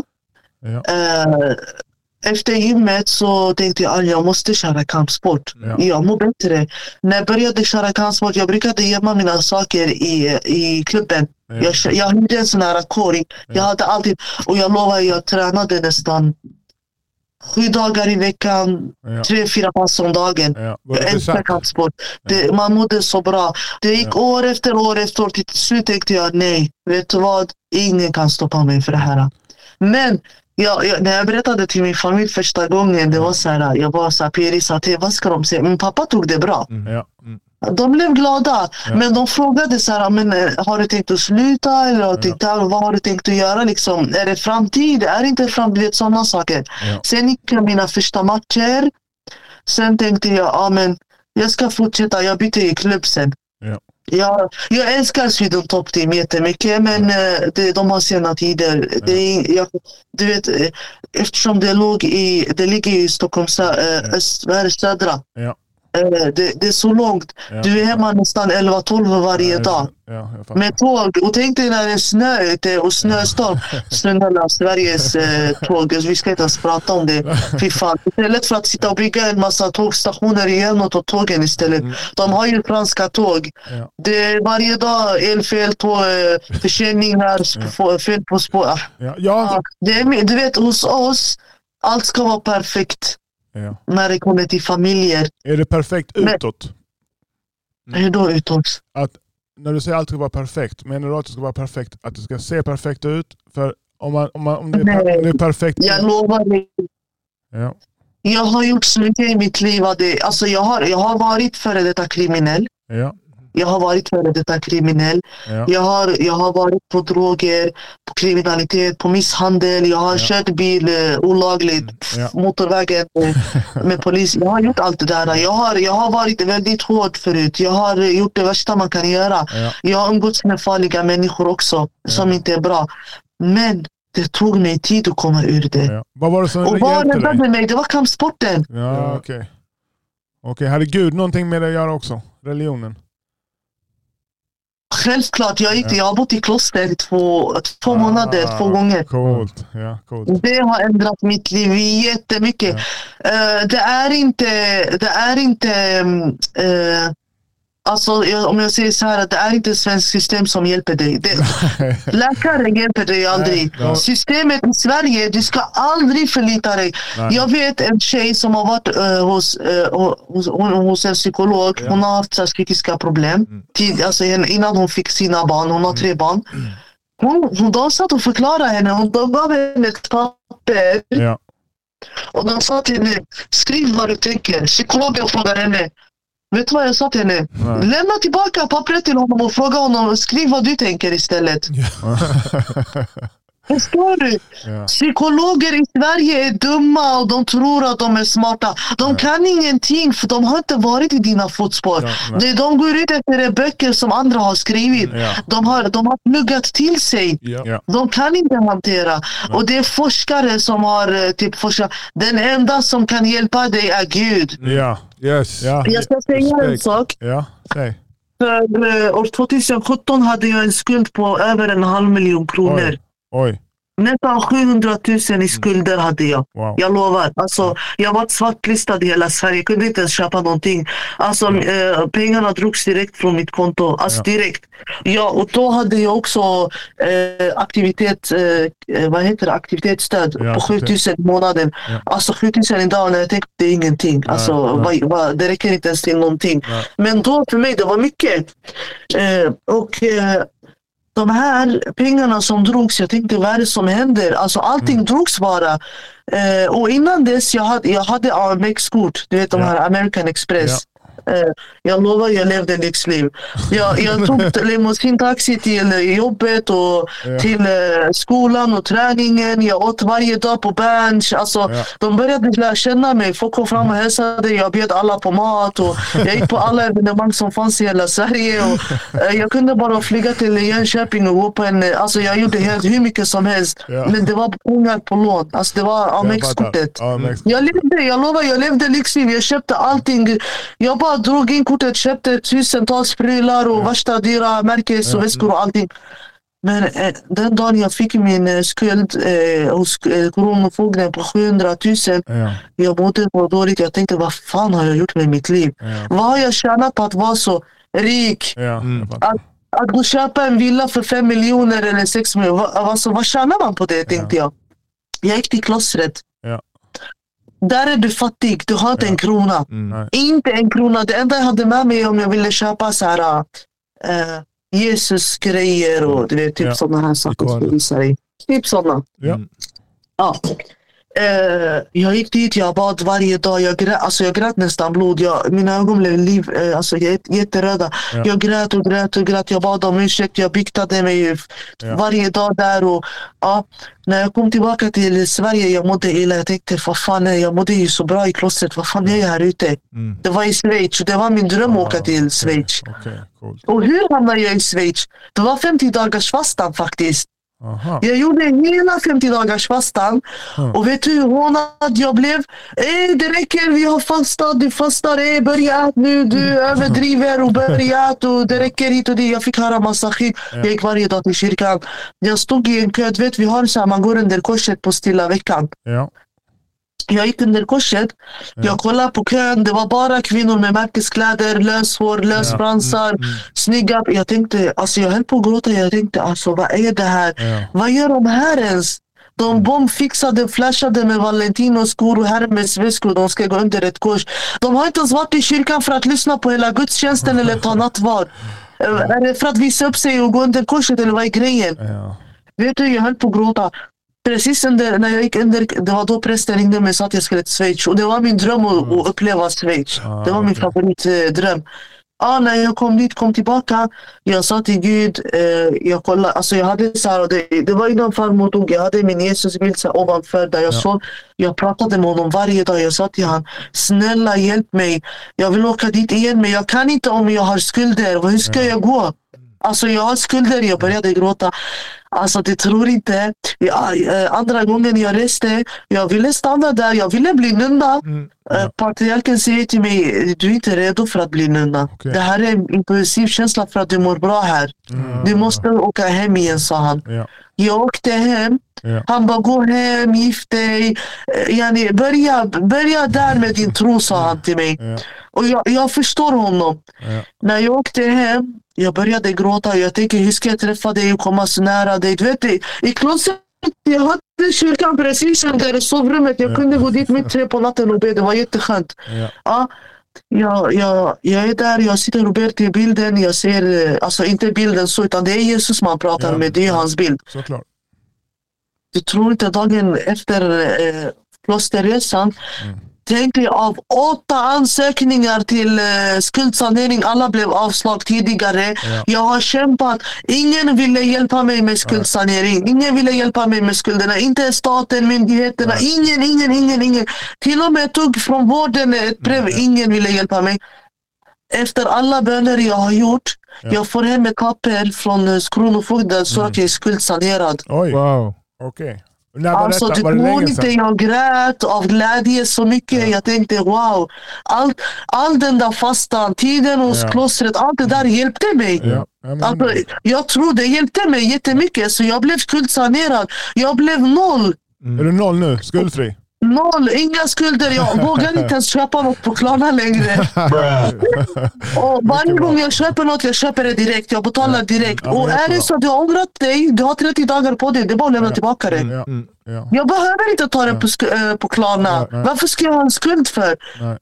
Efter gymmet så tänkte jag måste köra kampsport. Jag mår bättre. När jag började köra kampsport, jag brukade gömma mina saker i klubben. Jag hade en sån här korg. Jag hade alltid, och jag lovar, jag tränade nästan 7 dagar i veckan, 3-4 pass om dagen. Jag älskar kampsport. Man mådde så bra. Det gick år efter år. Till slut tänkte jag, nej, vet du vad? Ingen kan stoppa mig för det här. Men när jag berättade till min familj första gången, det var så här, jag var så här, Peri sa till, vad ska de säga? Min pappa tog det bra. De blev glada, men de frågade så här, men har du tänkt att sluta? Eller vad har du tänkt att göra? Liksom? Är det framtid? Är det inte framtid? Sådana saker. Sen gick jag mina första matcher. Sen tänkte jag, men jag ska fortsätta. Jag bytte i klubb sen. Jag älskar Sweden Top Team jättemycket, men de har sena tider. Du vet, eftersom det ligger i Stockholm södra. Det är så långt. Du är hemma nästan 11-12 varje dag. Med tåg. Och tänk dig när det är snö ute och snöstorm. Snölla Sveriges tåg. Vi ska inte ens prata om det. Fy fan. Det är lätt för att sitta och bygga en massa tågstationer igen och ta tågen istället. De har ju franska tåg. Det är varje dag elfel, förseningar, fel på spår. Du vet, hos oss allt ska vara perfekt. När det kommer till familjer. Är det perfekt utåt? Hur då utåt? Att när du säger att allt ska vara perfekt, menar du att det ska vara perfekt, att det ska se perfekt ut? För om det är perfekt... Jag lovar dig. Jag har gjort så mycket i mitt liv. Alltså jag har varit före detta kriminell. Jag har varit före detta kriminell. Ja. Jag har varit på droger, på kriminalitet, på misshandel. Jag har kört bil olagligt, motorvägen med polis. Jag har gjort allt det där. Jag har varit väldigt hård förut. Jag har gjort det värsta man kan göra. Jag har umgåtts med farliga människor också, som inte är bra. Men det tog mig tid att komma ur det. Ja. Vad var det som räddade mig? Det var kampsporten. Ja, okej. Hade Gud någonting med det att göra också? Religionen? Självklart, jag har bott i kloster i två månader, 2 gånger. Coolt. Det har ändrat mitt liv jättemycket. Det är inte alltså, om jag säger så här, det är inte svenskt system som hjälper dig. Läkare hjälper dig aldrig. Systemet i Sverige, du ska aldrig förlita dig. Jag vet en tjej som har varit hos en psykolog. Hon har haft psykiska problem. Alltså, innan hon fick sina barn. Hon har 3 barn. De satt och förklarade henne. De gav henne ett papper. Och de sa till henne, skriv vad du tänker. Psykologen frågade henne. Vet du vad jag sa till henne? Lämna tillbaka pappret till honom och fråga honom. Skriv vad du tänker istället. Förstår du? Psykologer i Sverige är dumma och de tror att de är smarta. De kan ingenting för de har inte varit i dina fotspår. De går ut efter böcker som andra har skrivit. De har pluggat till sig. De kan inte hantera. Och det är forskare som har forskat. Den enda som kan hjälpa dig är Gud. Jag ska säga en sak. För år 2017 hade jag en skuld på över 500 000 kronor. Oj. Nästan 700 000 i skulder hade jag. Wow. Jag lovar. Alltså, jag var svartlistad i hela Sverige. Jag kunde inte ens köpa någonting. Alltså, pengarna drogs direkt från mitt konto. Alltså direkt. Ja, och då hade jag också aktivitetsstöd på 7 000 i månaden. Alltså 7 000 idag när jag tänkte det är ingenting. Alltså, det räcker inte ens till någonting. Men då för mig det var mycket. De här pengarna som drogs, jag tänkte vad är det som händer? Alltså allting drogs bara. Och innan dess jag hade Amex-kort, du vet de här American Express. Jag lovar, jag levde lyxliv. Jag tog limousintaxi till jobbet och till skolan och träningen. Jag åt varje dag på bench. Alltså, de började lära känna mig. Folk kom fram och hälsade. Jag bjöd alla på mat. Och jag gick på alla evenemang som fanns i hela Sverige. Och, jag kunde bara flyga till Jönköping och gå på alltså, jag gjorde helt hur mycket som helst. Men det var pengar på lån. Alltså, det var Amex-kortet. Jag levde lyxliv. Jag köpte allting. Jag bara drog in kortet, köpte tusentals prylar och värsta dyra märkes och väskor och allting. Men den dagen jag fick min skuld hos Kronofogden på 700 000, jag mådde så dåligt. Jag tänkte, vad fan har jag gjort med mitt liv? Vad har jag tjänat på att vara så rik? Att gå köpa en villa för 5 miljoner eller 6 miljoner, alltså, vad tjänar man på det, tänkte jag. Jag gick till klostret. Där är du fattig, du har inte en krona. Inte en krona. Det enda jag hade med mig om jag ville köpa så här Jesus grejer och du vet, typ sådana här saker. Typ sådana. Jag gick dit, jag bad varje dag. Jag grät nästan blod. Mina ögon blev jätteröda. Jag grät och grät. Jag bad om ursäkt. Jag byktade mig varje dag där. Och, när jag kom tillbaka till Sverige, jag mådde illa. Jag tänkte, vad fan, jag mådde ju så bra i klostret. Vad fan är jag här ute? Det var i Schweiz. Det var min dröm att åka till Schweiz. Cool. Och hur hamnade jag i Schweiz? Det var 50 dagars fastan faktiskt. Jag gjorde hela 50 dagars fastan. Och vet du hur hånad jag blev? Det räcker, vi har fastat. Du fastar, börja ät nu. Du överdriver och börja ät. Och det räcker hit och det. Jag fick höra massa skit. Jag gick varje dag till kyrkan. Jag stod i en kö, vet vi har så här, man går under korset på stilla veckan. Jag gick under korset. Jag kollade på kön. Det var bara kvinnor med märkeskläder, löshår, lösfransar, snygga. Jag tänkte, alltså jag höll på att gråta. Jag tänkte, alltså vad är det här? Vad gör de här ens? De bombfixade, flashade med Valentino-skor och Hermes väskor. De ska gå under ett kors. De har inte ens varit i kyrkan för att lyssna på hela gudstjänsten eller ta nattvard. Är det för att visa upp sig och gå under korset eller vad är grejen? Vet du, jag höll på att gråta. Precis när jag gick under, det var då prästen ringde mig och sa att jag skulle till Schweiz. Och det var min dröm att uppleva Schweiz. Det var min favoritdröm. när jag kom tillbaka, jag sa till Gud, jag kollade, alltså jag hade så här, det var innan farmor dog, jag hade min Jesusbild så här ovanför där jag såg, jag pratade med honom varje dag, jag sa till han, snälla hjälp mig, jag vill åka dit igen, men jag kan inte om jag har skulder, hur ska jag gå? Alltså jag har skulder, jag började gråta. Alltså det tror inte. Andra gången jag reste, jag ville stanna där, jag ville bli nunna. Patriarken säger till mig, du är inte redo för att bli nunna. Okay. Det här är en impulsiv känsla för att du mår bra här. Du måste åka hem igen, sa han. Jag åkte hem. Han bara, gå hem, gift dig. Börja där med din tro, sa han till mig. Och jag förstår honom. När jag åkte hem, jag började gråta. Jag tänkte, hur ska jag träffa dig och komma så nära dig? Du vet, i klosset, jag hade kyrkan precis där i sovrummet. Jag kunde gå dit mitt 3 på natten och be. Det var jätteskönt. Jag är där, jag sitter och ber till bilden. Jag ser, alltså inte bilden så, utan det är Jesus man pratar med. Det är hans bild. Såklart. Du tror inte dagen efter klosterresan tänkte jag av 8 ansökningar till skuldsanering, alla blev avslag tidigare. Jag har kämpat, ingen ville hjälpa mig med skuldsanering, ingen ville hjälpa mig med skulderna, inte staten, myndigheterna, ingen. Till och med tog från vården ett brev, ingen ville hjälpa mig. Efter alla böner jag har gjort, jag får hem ett papper från kronofogden så att jag är skuldsanerad. Oj, wow, okej. Alltså du tror inte, jag grät av glädje så mycket. Jag tänkte wow, all den där fastan, tiden hos klostret, allt det där hjälpte mig. Alltså, jag tror det hjälpte mig jättemycket, så jag blev skuldsanerad. Jag blev 0. Är du 0 nu? Skuldfri? 0, inga skulder. Jag vågar inte ens köpa något på Klarna längre. Och varje gång jag köper något, jag köper det direkt. Jag betalar direkt. Och är det så att du har ångrat dig, du har 30 dagar på dig, det är bara att lämna tillbaka det. Jag behöver inte ta det på Klarna. Varför ska jag ha en skuld för?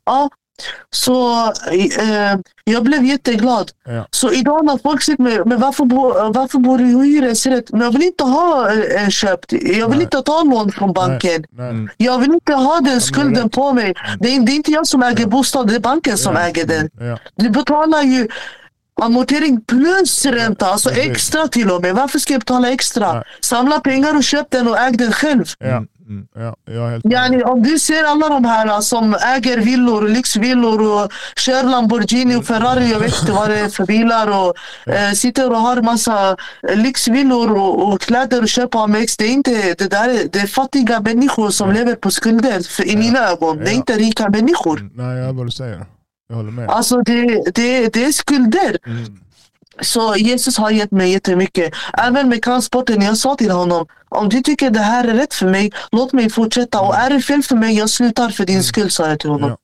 Så jag blev jätteglad. Så idag när folk sitter med, men varför bor du i hyresrätt? Men jag vill inte ha köpt. Jag vill inte ta lån från banken. Jag vill inte ha den skulden på mig. Det är inte jag som äger bostaden, det är banken som äger den. Du betalar ju amortering plus ränta, alltså extra till och med. Varför ska jag betala extra? Samla pengar och köp den och äg den själv. Om du ser alla de här som äger villor, lyxvillor och kör Lamborghini och Ferrari, jag vet inte vad det är för bilar, och sitter och har massa lyxvillor och kläder och köper Amex. Det är inte det där, det är fattiga människor som lever på skulder i mina ögon. Det är inte rika människor. Nej, jag vad du säger. Jag håller med. Alltså det är skulder. Så Jesus har gett mig jättemycket. Även med kampsporten, jag sa till honom, om du tycker det här är rätt för mig, låt mig fortsätta. Och är det fel för mig, jag slutar för din skull, sa jag till honom.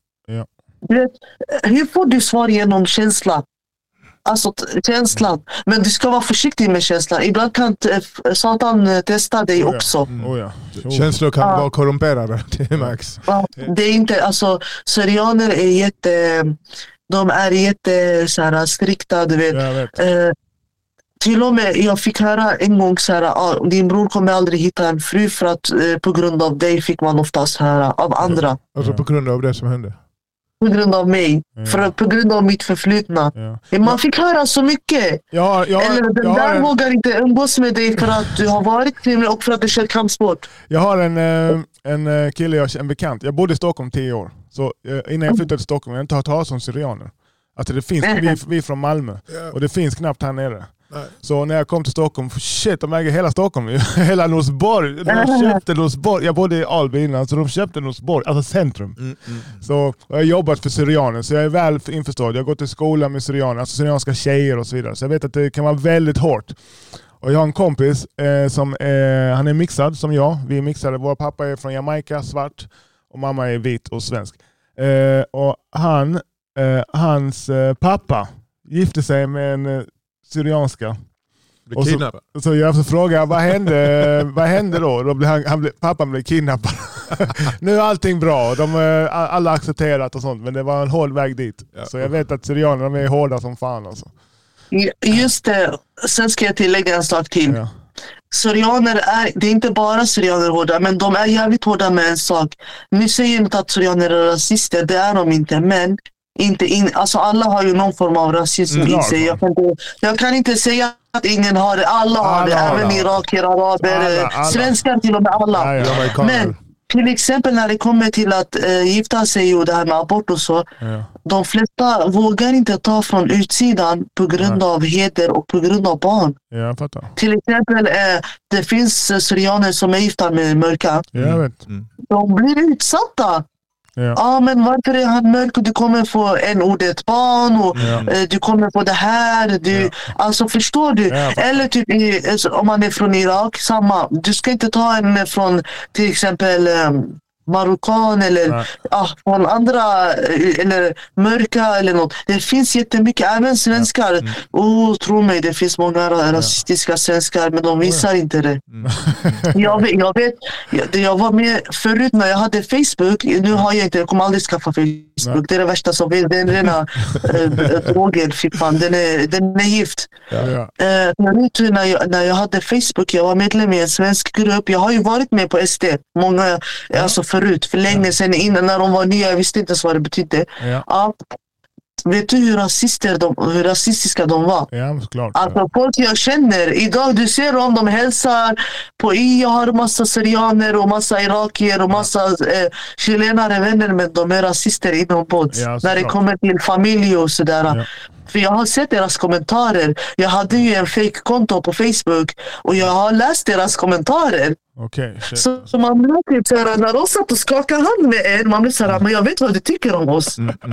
Hur får du svar genom känsla? Alltså känslan. Men du ska vara försiktig med känslan. Ibland kan Satan testa dig också. Känslor kan vara korrumperade till max. Det är inte, alltså syrianer är de är jätte så här, strikta, du vet. Till och med jag fick höra en gång så här, din bror kommer aldrig hitta en fru för att på grund av dig, fick man oftast höra av andra. Alltså på grund av det som hände? På grund av mig, på grund av mitt förflutna. Man fick höra så mycket. Eller den där vågar inte umgås med dig för att du har varit kriminell och för att du kör kampsport. Jag har en kille, en bekant. Jag bodde i Stockholm 10 år. Så innan jag flyttade till Stockholm, jag inte har talat som syrianer. Alltså det finns, vi är från Malmö. Och det finns knappt här nere. Så när jag kom till Stockholm, shit, de äger hela Stockholm. Hela Norsborg. De köpte Norsborg. Jag bodde i Alby innan, så de köpte Norsborg, alltså centrum. Så jag har jobbat för syrianer, så jag är väl införstådd. Jag har gått till skolan med syrianer, alltså syrianska tjejer och så vidare. Så jag vet att det kan vara väldigt hårt. Och jag har en kompis som han är mixad som jag. Vi är mixade. Vår pappa är från Jamaica, svart. Och mamma är vit och svensk. Och hans pappa gifte sig med en syrianska. Och så jag frågade, vad hände då? Pappan blev kidnappad. Nu är allting bra. Alla accepterat och sånt. Men det var en hård väg dit. Så jag vet att syrianerna är hårda som fan. Alltså. Just det. Sen ska jag tillägga en sak till. Syrianer det är inte bara syrianer hårda, men de är jävligt hårda med en sak. Nu säger inte att syrianer är rasister, det är de inte. Men alltså alla har ju någon form av rasism i sig. Jag kan inte säga att ingen har det. Alla har det. Även irakier, araber, svenskar till och med alla. Men till exempel när det kommer till att gifta sig och det här med abort och så. De flesta vågar inte ta från utsidan på grund av heder och på grund av barn. Jag fattar. Till exempel det finns syrianer som är gifta med mörka. Jag vet. De blir utsatta. Men varför är han mörk och du kommer få en ordet barn och du kommer få det här. Alltså förstår du? Eller typ om man är från Irak, samma. Du ska inte ta en från till exempel marockan eller från andra eller mörka eller något. Det finns jättemycket, även svenskar. Tro mig, det finns många rasistiska svenskar, men de visar inte det. Jag vet, jag var med förut när jag hade Facebook. Nu har jag inte, jag kommer aldrig skaffa Facebook. Det är det värsta som finns. Det är en rena droger, fippan. Den är gift. Förut när jag hade Facebook, jag var medlem i en svensk grupp. Jag har ju varit med på SD. Många, alltså förut, för länge sedan innan när de var nya, jag visste inte vad det betydde. Vet du hur rasistiska de var? Ja, såklart. Alltså folk jag känner, idag du ser om de hälsar på jag har massa syrianer och massa irakier och massa chilenare vänner, men de är rasister inombords. När det kommer till familj och sådär. För jag har sett deras kommentarer. Jag hade ju en fake-konto på Facebook och jag har läst deras kommentarer. Så man blir typ såhär, när de satt och skakade hand med en, man blir såhär, men jag vet vad du tycker om oss.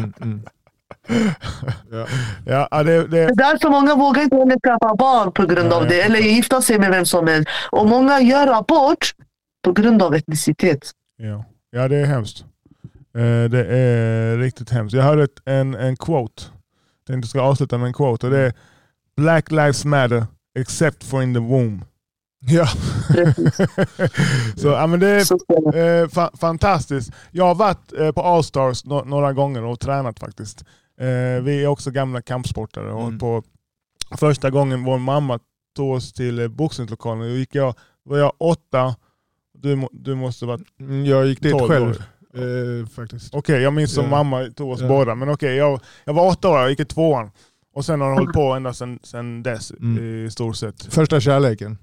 Det är därför många vågar inte skaffa barn på grund av det, eller gifta sig med vem som helst. Och många gör abort på grund av etnicitet. Ja, det är hemskt. Det är riktigt hemskt. Jag hörde en quote. Jag tänkte jag ska avsluta med en quote, och det är Black lives matter except for in the womb. Ja. Så ja, men det är fantastiskt. Jag har varit på All Stars några gånger och tränat faktiskt. Vi är också gamla kampsportare och på första gången vår mamma tog oss till boxningslokalen, var jag 8. Du måste vara 12. Jag gick dit själv. Faktiskt. Okej, jag minns som mamma tog oss båda, men jag var 8 år, jag gick i 2:an. Och sen har de hållit på ända sen dess i stort sett. Första kärleken.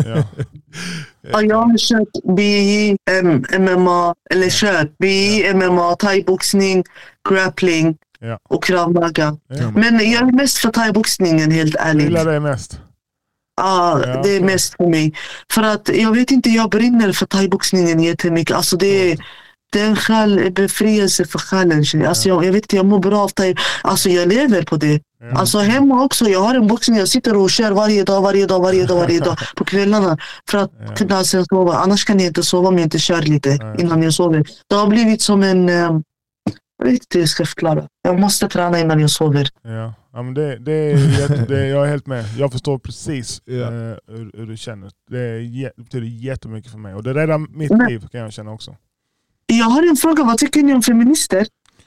Jag har kört BI, MMA, eller BI, MMA, thai-boxning, grappling och krav maga. Men jag är mest för thai-boxningen, helt ärligt. Gillar det mest? Det är mest för mig. För att jag vet inte, jag brinner för thai-boxningen jättemycket. Alltså det är en befrielse för själen. Alltså jag vet inte, jag mår bra av thai. Alltså jag lever på det. Alltså hemma också, jag har en boxning, jag sitter och kör varje dag på kvällarna för att kunna sen sova. Annars kan jag inte sova om jag inte kör lite innan jag sover. Det har blivit som en jag vet inte hur jag ska förklara. Jag måste träna innan jag sover. Ja, men jag är helt med. Jag förstår precis hur du känner. Det betyder jättemycket för mig. Och det räddar mitt liv, kan jag känna också. Jag har en fråga, vad tycker ni om feminister?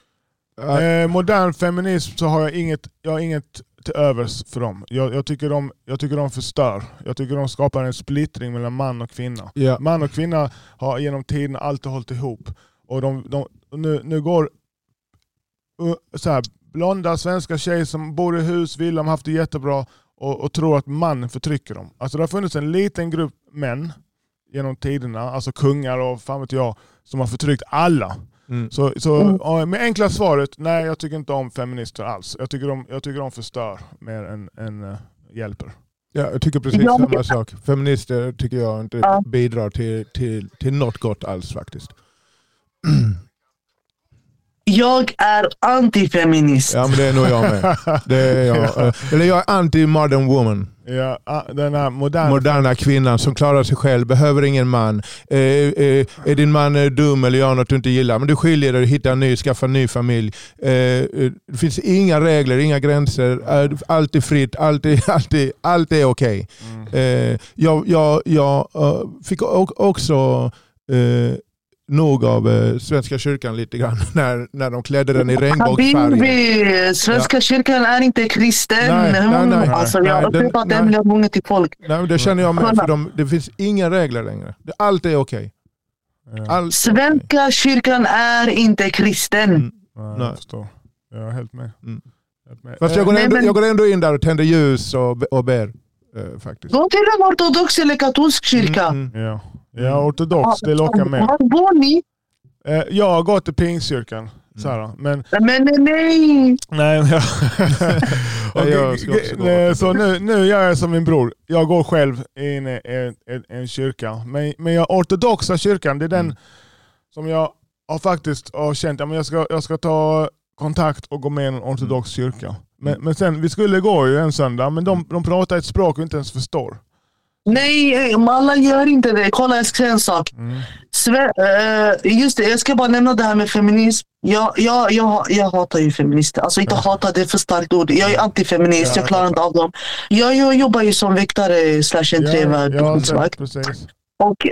Modern feminism, så har jag inget till övers för dem. Jag tycker de förstör. Jag tycker de skapar en splittring mellan man och kvinna. Man och kvinna har genom tiden alltid hållit ihop. Och nu går så här, blonda svenska tjejer som bor i hus, vill de haft det jättebra och tror att man förtrycker dem. Alltså det har funnits en liten grupp män genom tiderna, alltså kungar och fan vet jag, som har förtryckt alla. Så med enkla svaret, nej, jag tycker inte om feminister alls. Jag tycker de förstör mer än hjälper. Ja, jag tycker precis samma sak. Feminister tycker jag inte bidrar till något gott alls faktiskt. Jag är antifeminist. Ja, men det är nog jag med. Det är jag. Eller jag är anti-modern woman. Ja, den här moderna kvinnan som klarar sig själv, behöver ingen man. Är din man dum eller gör något du inte gillar, men du skiljer dig, hittar en ny, skaffar en ny familj. Det finns inga regler, inga gränser. Allt är fritt, allt är okej. Jag fick också nog av Svenska kyrkan lite grann när de klädde den i regnbågsfärg. Svenska kyrkan är inte kristen. Nej. Alltså, jag har upprepat det miljoner gånger till folk. Nej, det känner jag med, för det finns inga regler längre. Allt är okej. Svenska kyrkan är inte kristen. Jag förstår. Jag är helt med. Fast jag går ändå in där och tänder ljus och ber. Faktiskt. Gå till en ortodox eller katolsk kyrka. Ja, ortodox, det lockar med. Var bor ni? Jag har gått till Pingstkyrkan. Men nej. Så nu gör jag som min bror. Jag går själv in i en kyrka. Men jag ortodoxa kyrkan, det är den som jag har faktiskt känt. Jag ska ta kontakt och gå med i en ortodox kyrka. Men sen, vi skulle gå ju en söndag, men de pratar ett språk vi inte ens förstår. Nej, alla gör inte det. Kolla, jag ska säga en sak. Just det, jag ska bara nämna det här med feminism. Jag hatar ju feminister. Alltså inte hatar, det är för starkt ord. Jag är antifeminist, jag klarar inte av dem. Jag jobbar ju som väktare /entrevärd. Precis. Och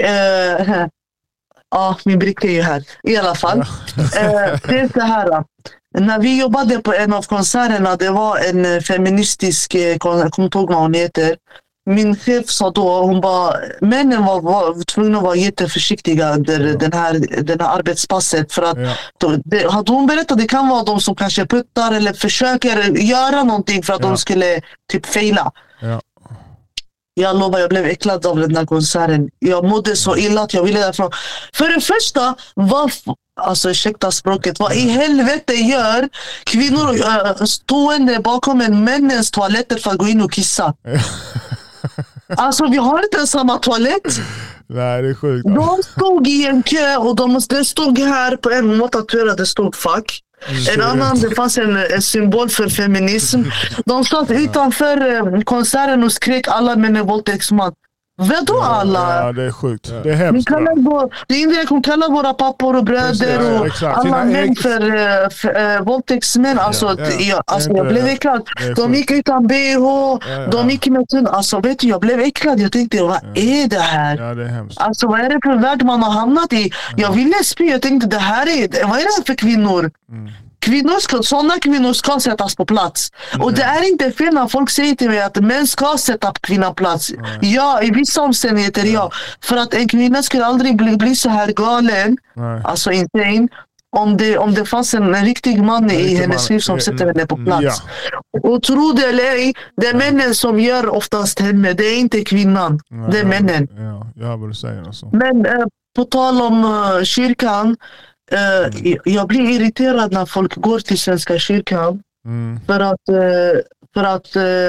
min bricka är ju här. I alla fall. Det är så här. När vi jobbade på en av konserterna, det var en feministisk, jag kommer inte ihåg vad hon heter. Min chef sa då, hon bara, männen var tvungna att vara jätteförsiktiga under den här arbetspasset. För att hade hon berättat, det kan vara de som kanske puttar eller försöker göra någonting för att de skulle typ fejla. Jag lovar, jag blev äcklad av den här konserten. Jag mådde så illa att jag ville därifrån. För det första, alltså ursäkta språket, vad i helvete gör kvinnor stående bakom en männens toaletter för att gå in och kissa? Alltså vi har inte samma toalett. Nej, det är sjukt. De stod i en kö och det stod här på en måttatur, det stod fuck. En annan, det fanns en symbol för feminism. De stod utanför konserten och skrek alla män är våldtäktsman. Vadå alla? Ja, det är sjukt. Det är hemskt. Det är inte jag kallar våra pappor och bröder och alla män för våldtäktsmän. Alltså, jag blev äcklad. De gick utan BH, de gick med tunn. Alltså vet du, jag blev äcklad. Jag tänkte, vad är det här? Ja, det är hemskt. Alltså vad är det för värld man har hamnat i? Jag ville spy, jag tänkte, vad är det här för kvinnor? Sådana kvinnor ska sättas på plats. Och det är inte fel när folk säger till mig att män ska sätta kvinnan plats. Ja, i vissa omständigheter, för att en kvinna skulle aldrig bli så här galen. Alltså inte om det fanns en riktig man i hennes liv som sätter henne på plats. Och tro det eller ej, det är männen som gör oftast henne. Det är inte kvinnan, det är männen. Ja, vad du säger alltså. Men på tal om kyrkan, jag blir irriterad när folk går till Svenska kyrkan för att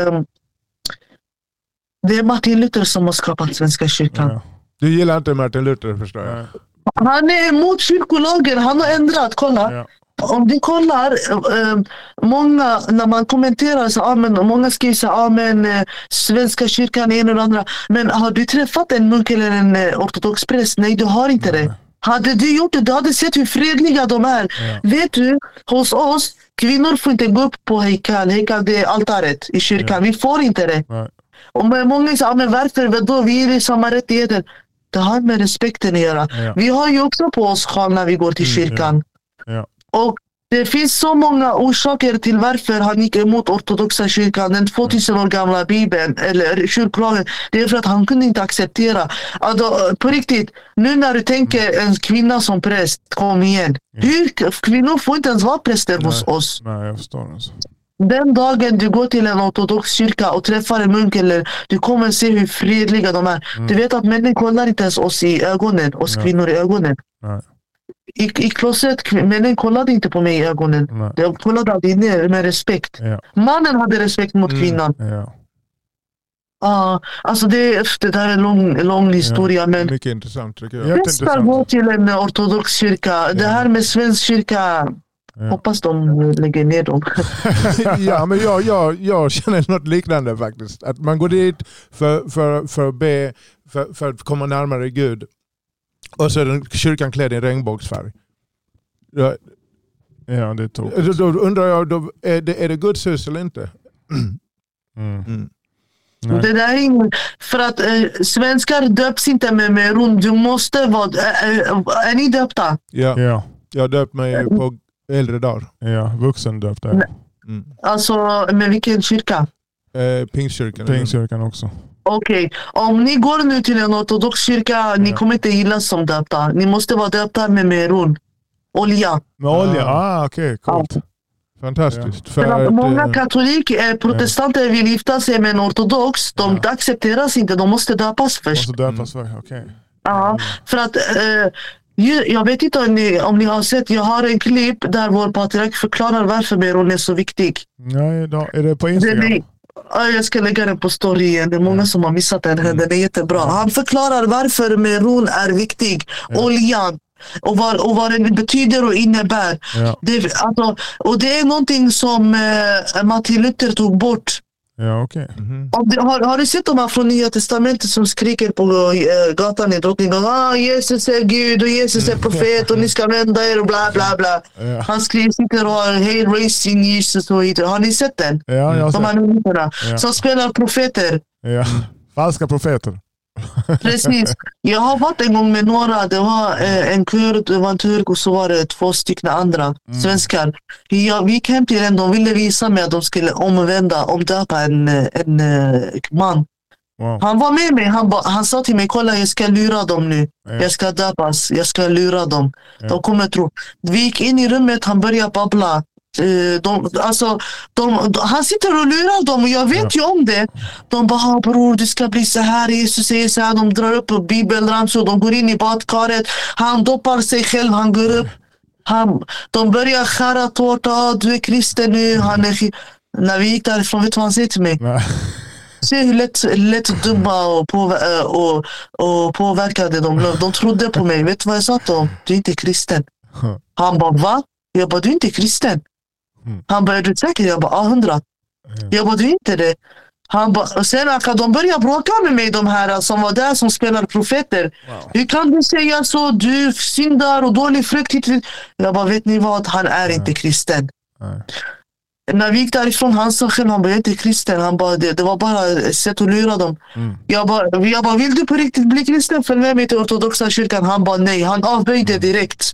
det är Martin Luther som har skapat Svenska kyrkan. Du gillar inte Martin Luther, förstår jag. Han är emot kyrkolagen, han har ändrat, kolla. Om du kollar, många, när man kommenterar så, många skriver så, Svenska kyrkan är en eller andra. Men har du träffat en munk eller en ortodox präst? Nej, du har inte det. Hade du gjort det, du hade sett hur fredliga de är. Vet du, hos oss, kvinnor får inte gå upp på heikal, det är altaret i kyrkan. Vi får inte det. Och många säger, men varför? Då vi är i samma rättigheter. Det har med respekten att göra. Vi har ju också på oss sjal när vi går till kyrkan. Och det finns så många orsaker till varför han gick emot ortodoxa kyrkan, den 2000 år gamla bibeln eller kyrklagen. Det är för att han kunde inte acceptera. Alltså, på riktigt, nu när du tänker en kvinna som präst, kom igen. Kvinnor får inte ens vara präster hos oss. Nej, jag förstår alltså. Den dagen du går till en ortodox kyrka och träffar en munk, eller du kommer se hur fredliga de är. Du vet att männen kollar inte ens oss i ögonen, oss kvinnor i ögonen. I klosset, männen kollade inte på mig i ögonen. De kollade alltid ner med respekt. Mannen hade respekt mot kvinnan. Alltså det där är en lång historia. Men mycket intressant, tycker jag. Jag ska gå till en ortodox kyrka. Det här med svensk kyrka, hoppas de lägger ner dem. Ja, men jag känner något liknande faktiskt. Att man går dit för att be, för att komma närmare Gud. Och så är kyrkan klädd i regnbågsfärg. Ja, det är tråkigt. Då undrar jag, är det Guds hus eller inte? Det där är för att svenskar döps inte med meron. Du måste vara... är ni döpta? Ja. Jag döpt mig på äldre dagar. Ja, vuxen döpt där. Alltså, med vilken kyrka? Pingstkyrkan. Pingstkyrkan också. Okej, om ni går nu till en ortodox kyrka, ni kommer inte gilla som döpta. Ni måste vara döpta med meron. Olja. Med olja? Okej, coolt. Fantastiskt. För att många katoliker, protestanter vill gifta sig med en ortodox. De accepteras inte, de måste döpas först. Ja, för att jag vet inte om ni har sett, jag har en klipp där vår patriark förklarar varför Meron är så viktig. Ja, är det på Instagram? Jag ska lägga den på storyn. Det är många som har missat den. Den är jättebra. Han förklarar varför Meron är viktig. Oljan. Och vad den betyder och innebär. Och det är någonting som Martin Luther tog bort. Ja, okej. Har du sett de här från Nya Testamentet som skriker på gatan i Drottninggatan? Jesus är Gud och Jesus är profet och ni ska vända er och bla bla bla. Han sitter och har hej racing Jesus och hit. Har ni sett den? Ja, jag har sett. De här människorna som spelar profeter. Ja, falska profeter. Precis. Jag har varit en gång med några. Det var en kurd, det var en turk och så var det 2 stycken andra svenskar. Vi gick hem till den. De ville visa mig att de skulle omdöpa en man. Wow. Han var med mig. Han sa till mig, kolla jag ska lura dem nu. Jag ska döpas. Jag ska lura dem. De kommer tro. Vi gick in i rummet. Han började babbla. Han sitter och lurar dem och jag vet ju om det. De bara, bror du ska bli så här, Jesus säger så här. De drar upp bibelramsor, de går in i badkaret. Han doppar sig själv, han går upp. De börjar skära tårta. Du är kristen nu. När vi gick därifrån, vet du vad han säger till mig? Se hur lätt dumma och påverkade de trodde på mig. Vet du vad jag sa till dem? Du är inte kristen. Han bara, va? Jag bara, du är inte kristen. Han bara, är du säker? Jag bara, 100. Jag bara, du är inte det. Han bara, och sen de började bråka med mig, de här som var där som spelar profeter. Hur kan du säga så? Du syndar och dålig frukt. Jag bara, vet ni vad? Han är inte kristen. När vi gick därifrån, han sa själv, han bara, jag är inte kristen. Han bara, det var bara ett sätt att lura dem. Jag bara, vill du på riktigt bli kristen? Följ med mig till ortodoxa kyrkan. Han bara, nej. Han avböjde direkt.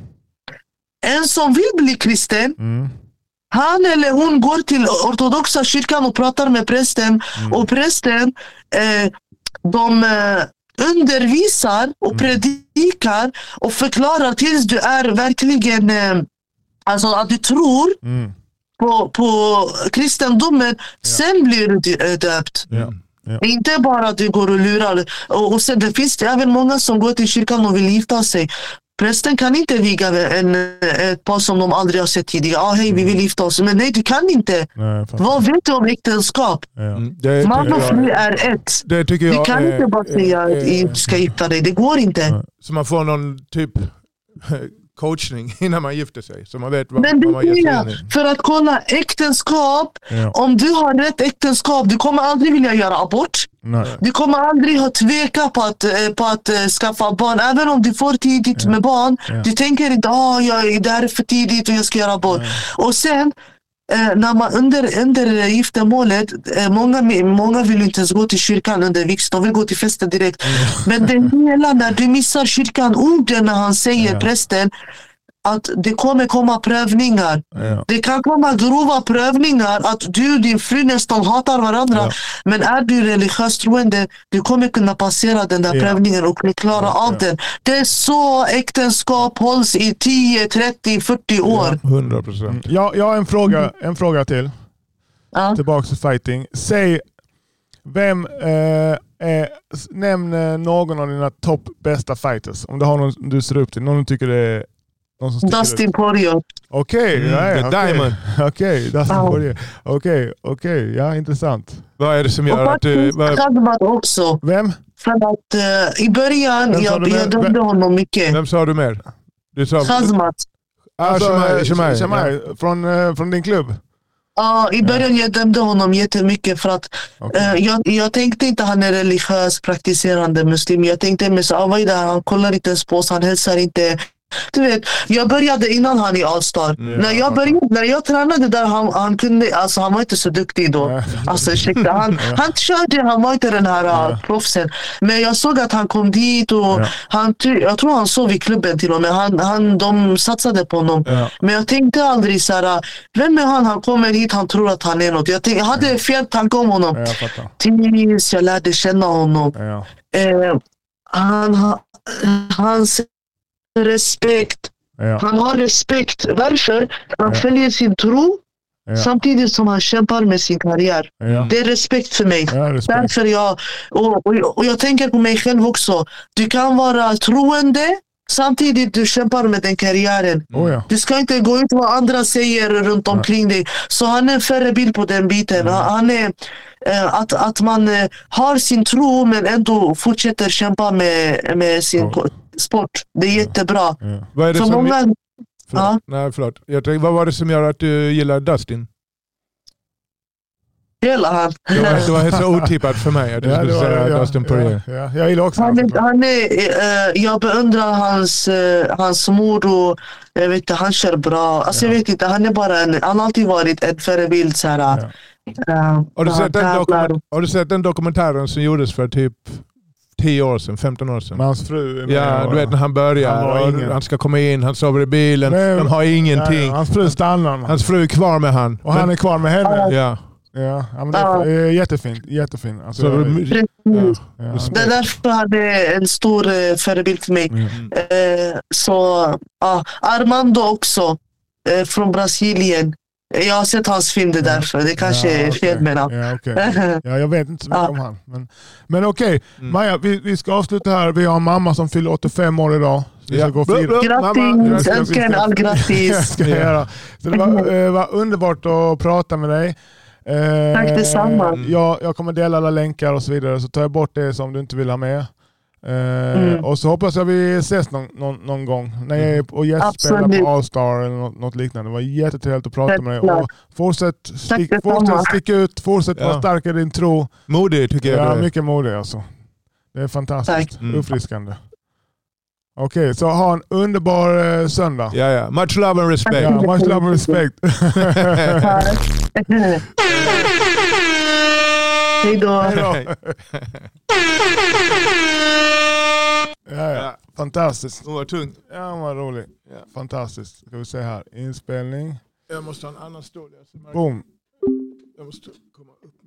En som vill bli kristen, han eller hon går till ortodoxa kyrkan och pratar med prästen. Och prästen, de undervisar och predikar och förklarar tills du är verkligen, alltså att du tror på kristendomen, sen blir du döpt. Inte bara att du går och lurar. Och sen det finns det även många som går till kyrkan och vill gifta sig. Prästen kan inte viga ett par som de aldrig har sett tidigare. Hej, vi vill gifta oss. Men nej, du kan inte. Vad vet du om äktenskap? Man och fru är ett. Det tycker jag du kan inte bara säga att du ska gifta dig. Det går inte. Så man får någon typ coachning innan man gifter sig. Så man vet vad men det man ger sig in i. För att kolla äktenskap. Om du har rätt äktenskap, du kommer aldrig vilja göra abort. Du kommer aldrig ha tveka på att skaffa barn. Även om du får tidigt med barn. Du tänker inte, det här är för tidigt och jag ska göra abort. Och sen när man under giftermålet, många vill inte ens gå till kyrkan under vigs, de vill gå till festen direkt. Men det hela, när du missar kyrkan, orden när han säger prästen att det kommer komma prövningar. Det kan komma grova prövningar, att du och din fru nästan hatar varandra. Men är du religiöst troende, du kommer kunna passera den där prövningen och klara av den. Det är så äktenskap hålls i 10, 30, 40 år. 100%. Jag har en fråga till. Tillbaka till fighting. Säg, nämn någon av dina topp bästa fighters. Om du har någon du ser upp till, någon du tycker det är Dustin Poirier. Okej, Diamond. Okej, Dustin Poirier. Okej, ja, intressant. Vad är det som gör att du... Khazmat också. Vem? För att i början, jag dömde honom mycket. Vem sa du mer? Du sa... Khazmat. Shamai, från din klubb? Ja, i början jag dömde honom jättemycket för att jag tänkte inte han är religiös praktiserande muslim. Jag tänkte mig så, vad är det här? Han kollar inte ens på oss, han hälsar inte. Du vet, jag började innan han i All-Star. När jag tränade där, han kunde, alltså han var inte så duktig då. Alltså ursäkta, han körde, han var inte den här proffsen. Men jag såg att han kom dit och jag tror han sov i klubben till och med. De satsade på honom. Men jag tänkte aldrig så här, vem är han? Han kommer hit, han tror att han är något. Jag hade fel tanke om honom. Tills jag lärde känna honom. Hans respekt. Han har respekt. Varför? Han följer sin tro. Samtidigt som han kämpar med sin karriär. Det är respekt för mig. Därför jag tänker på mig själv också. Du kan vara troende samtidigt du kämpar med den karriären. Du ska inte gå ut vad andra säger runt omkring dig. Så han är en förebild på den biten. Han är att man har sin tro men ändå fortsätter kämpa med sin sport. Det är jättebra. Vad är det som... Nej, förlåt. Vad var det som gör att du gillar Dustin? Gillar han? Det var så otippat för mig att du skulle säga Dustin Poirier. Jag gillar också jag beundrar hans mod och jag vet inte, han kör bra. Alltså, jag vet inte, han är bara han har alltid varit en förebild. Har du sett den dokumentären som gjordes för typ 10 år sedan, 15 år sedan? Med hans fru. Ja, du vet när han börjar. Han ska komma in, han sover i bilen. De har ingenting. Hans fru stannar. Hans fru är kvar med han. Och han är kvar med henne. Ja, men det är jättefint. Alltså, det är därför han är en stor förebild för mig. Armando också från Brasilien. Jag har sett hans film, det därför. Det kanske är fel med honom. Jag vet inte så mycket om han. Men okej, Maja, vi ska avsluta här. Vi har en mamma som fyller 85 år idag. Vi ska gå grattis, önskar en all grattis. Så det var underbart att prata med dig. Tack detsamma. Jag kommer dela alla länkar och så vidare, så tar jag bort det som du inte vill ha med. Och så hoppas jag vi ses någon gång när jag är och gästspelar på All-Star eller något liknande. Det var jättetrevligt att prata med dig. Och fortsätt sticka ut, fortsätt vara stark i din tro. Modig tycker jag. Ja, mycket modig alltså. Det är fantastiskt. Uppfriskande. Okej, så ha en underbar söndag. Ja. Much love and respect. Much love and respect. Hej då. Ja. Fantastiskt. Hon var tung. Ja, hon var rolig. Fantastiskt. Ska vi se här. Inspelning. Jag måste ha en annan stol. Boom. Jag måste komma upp.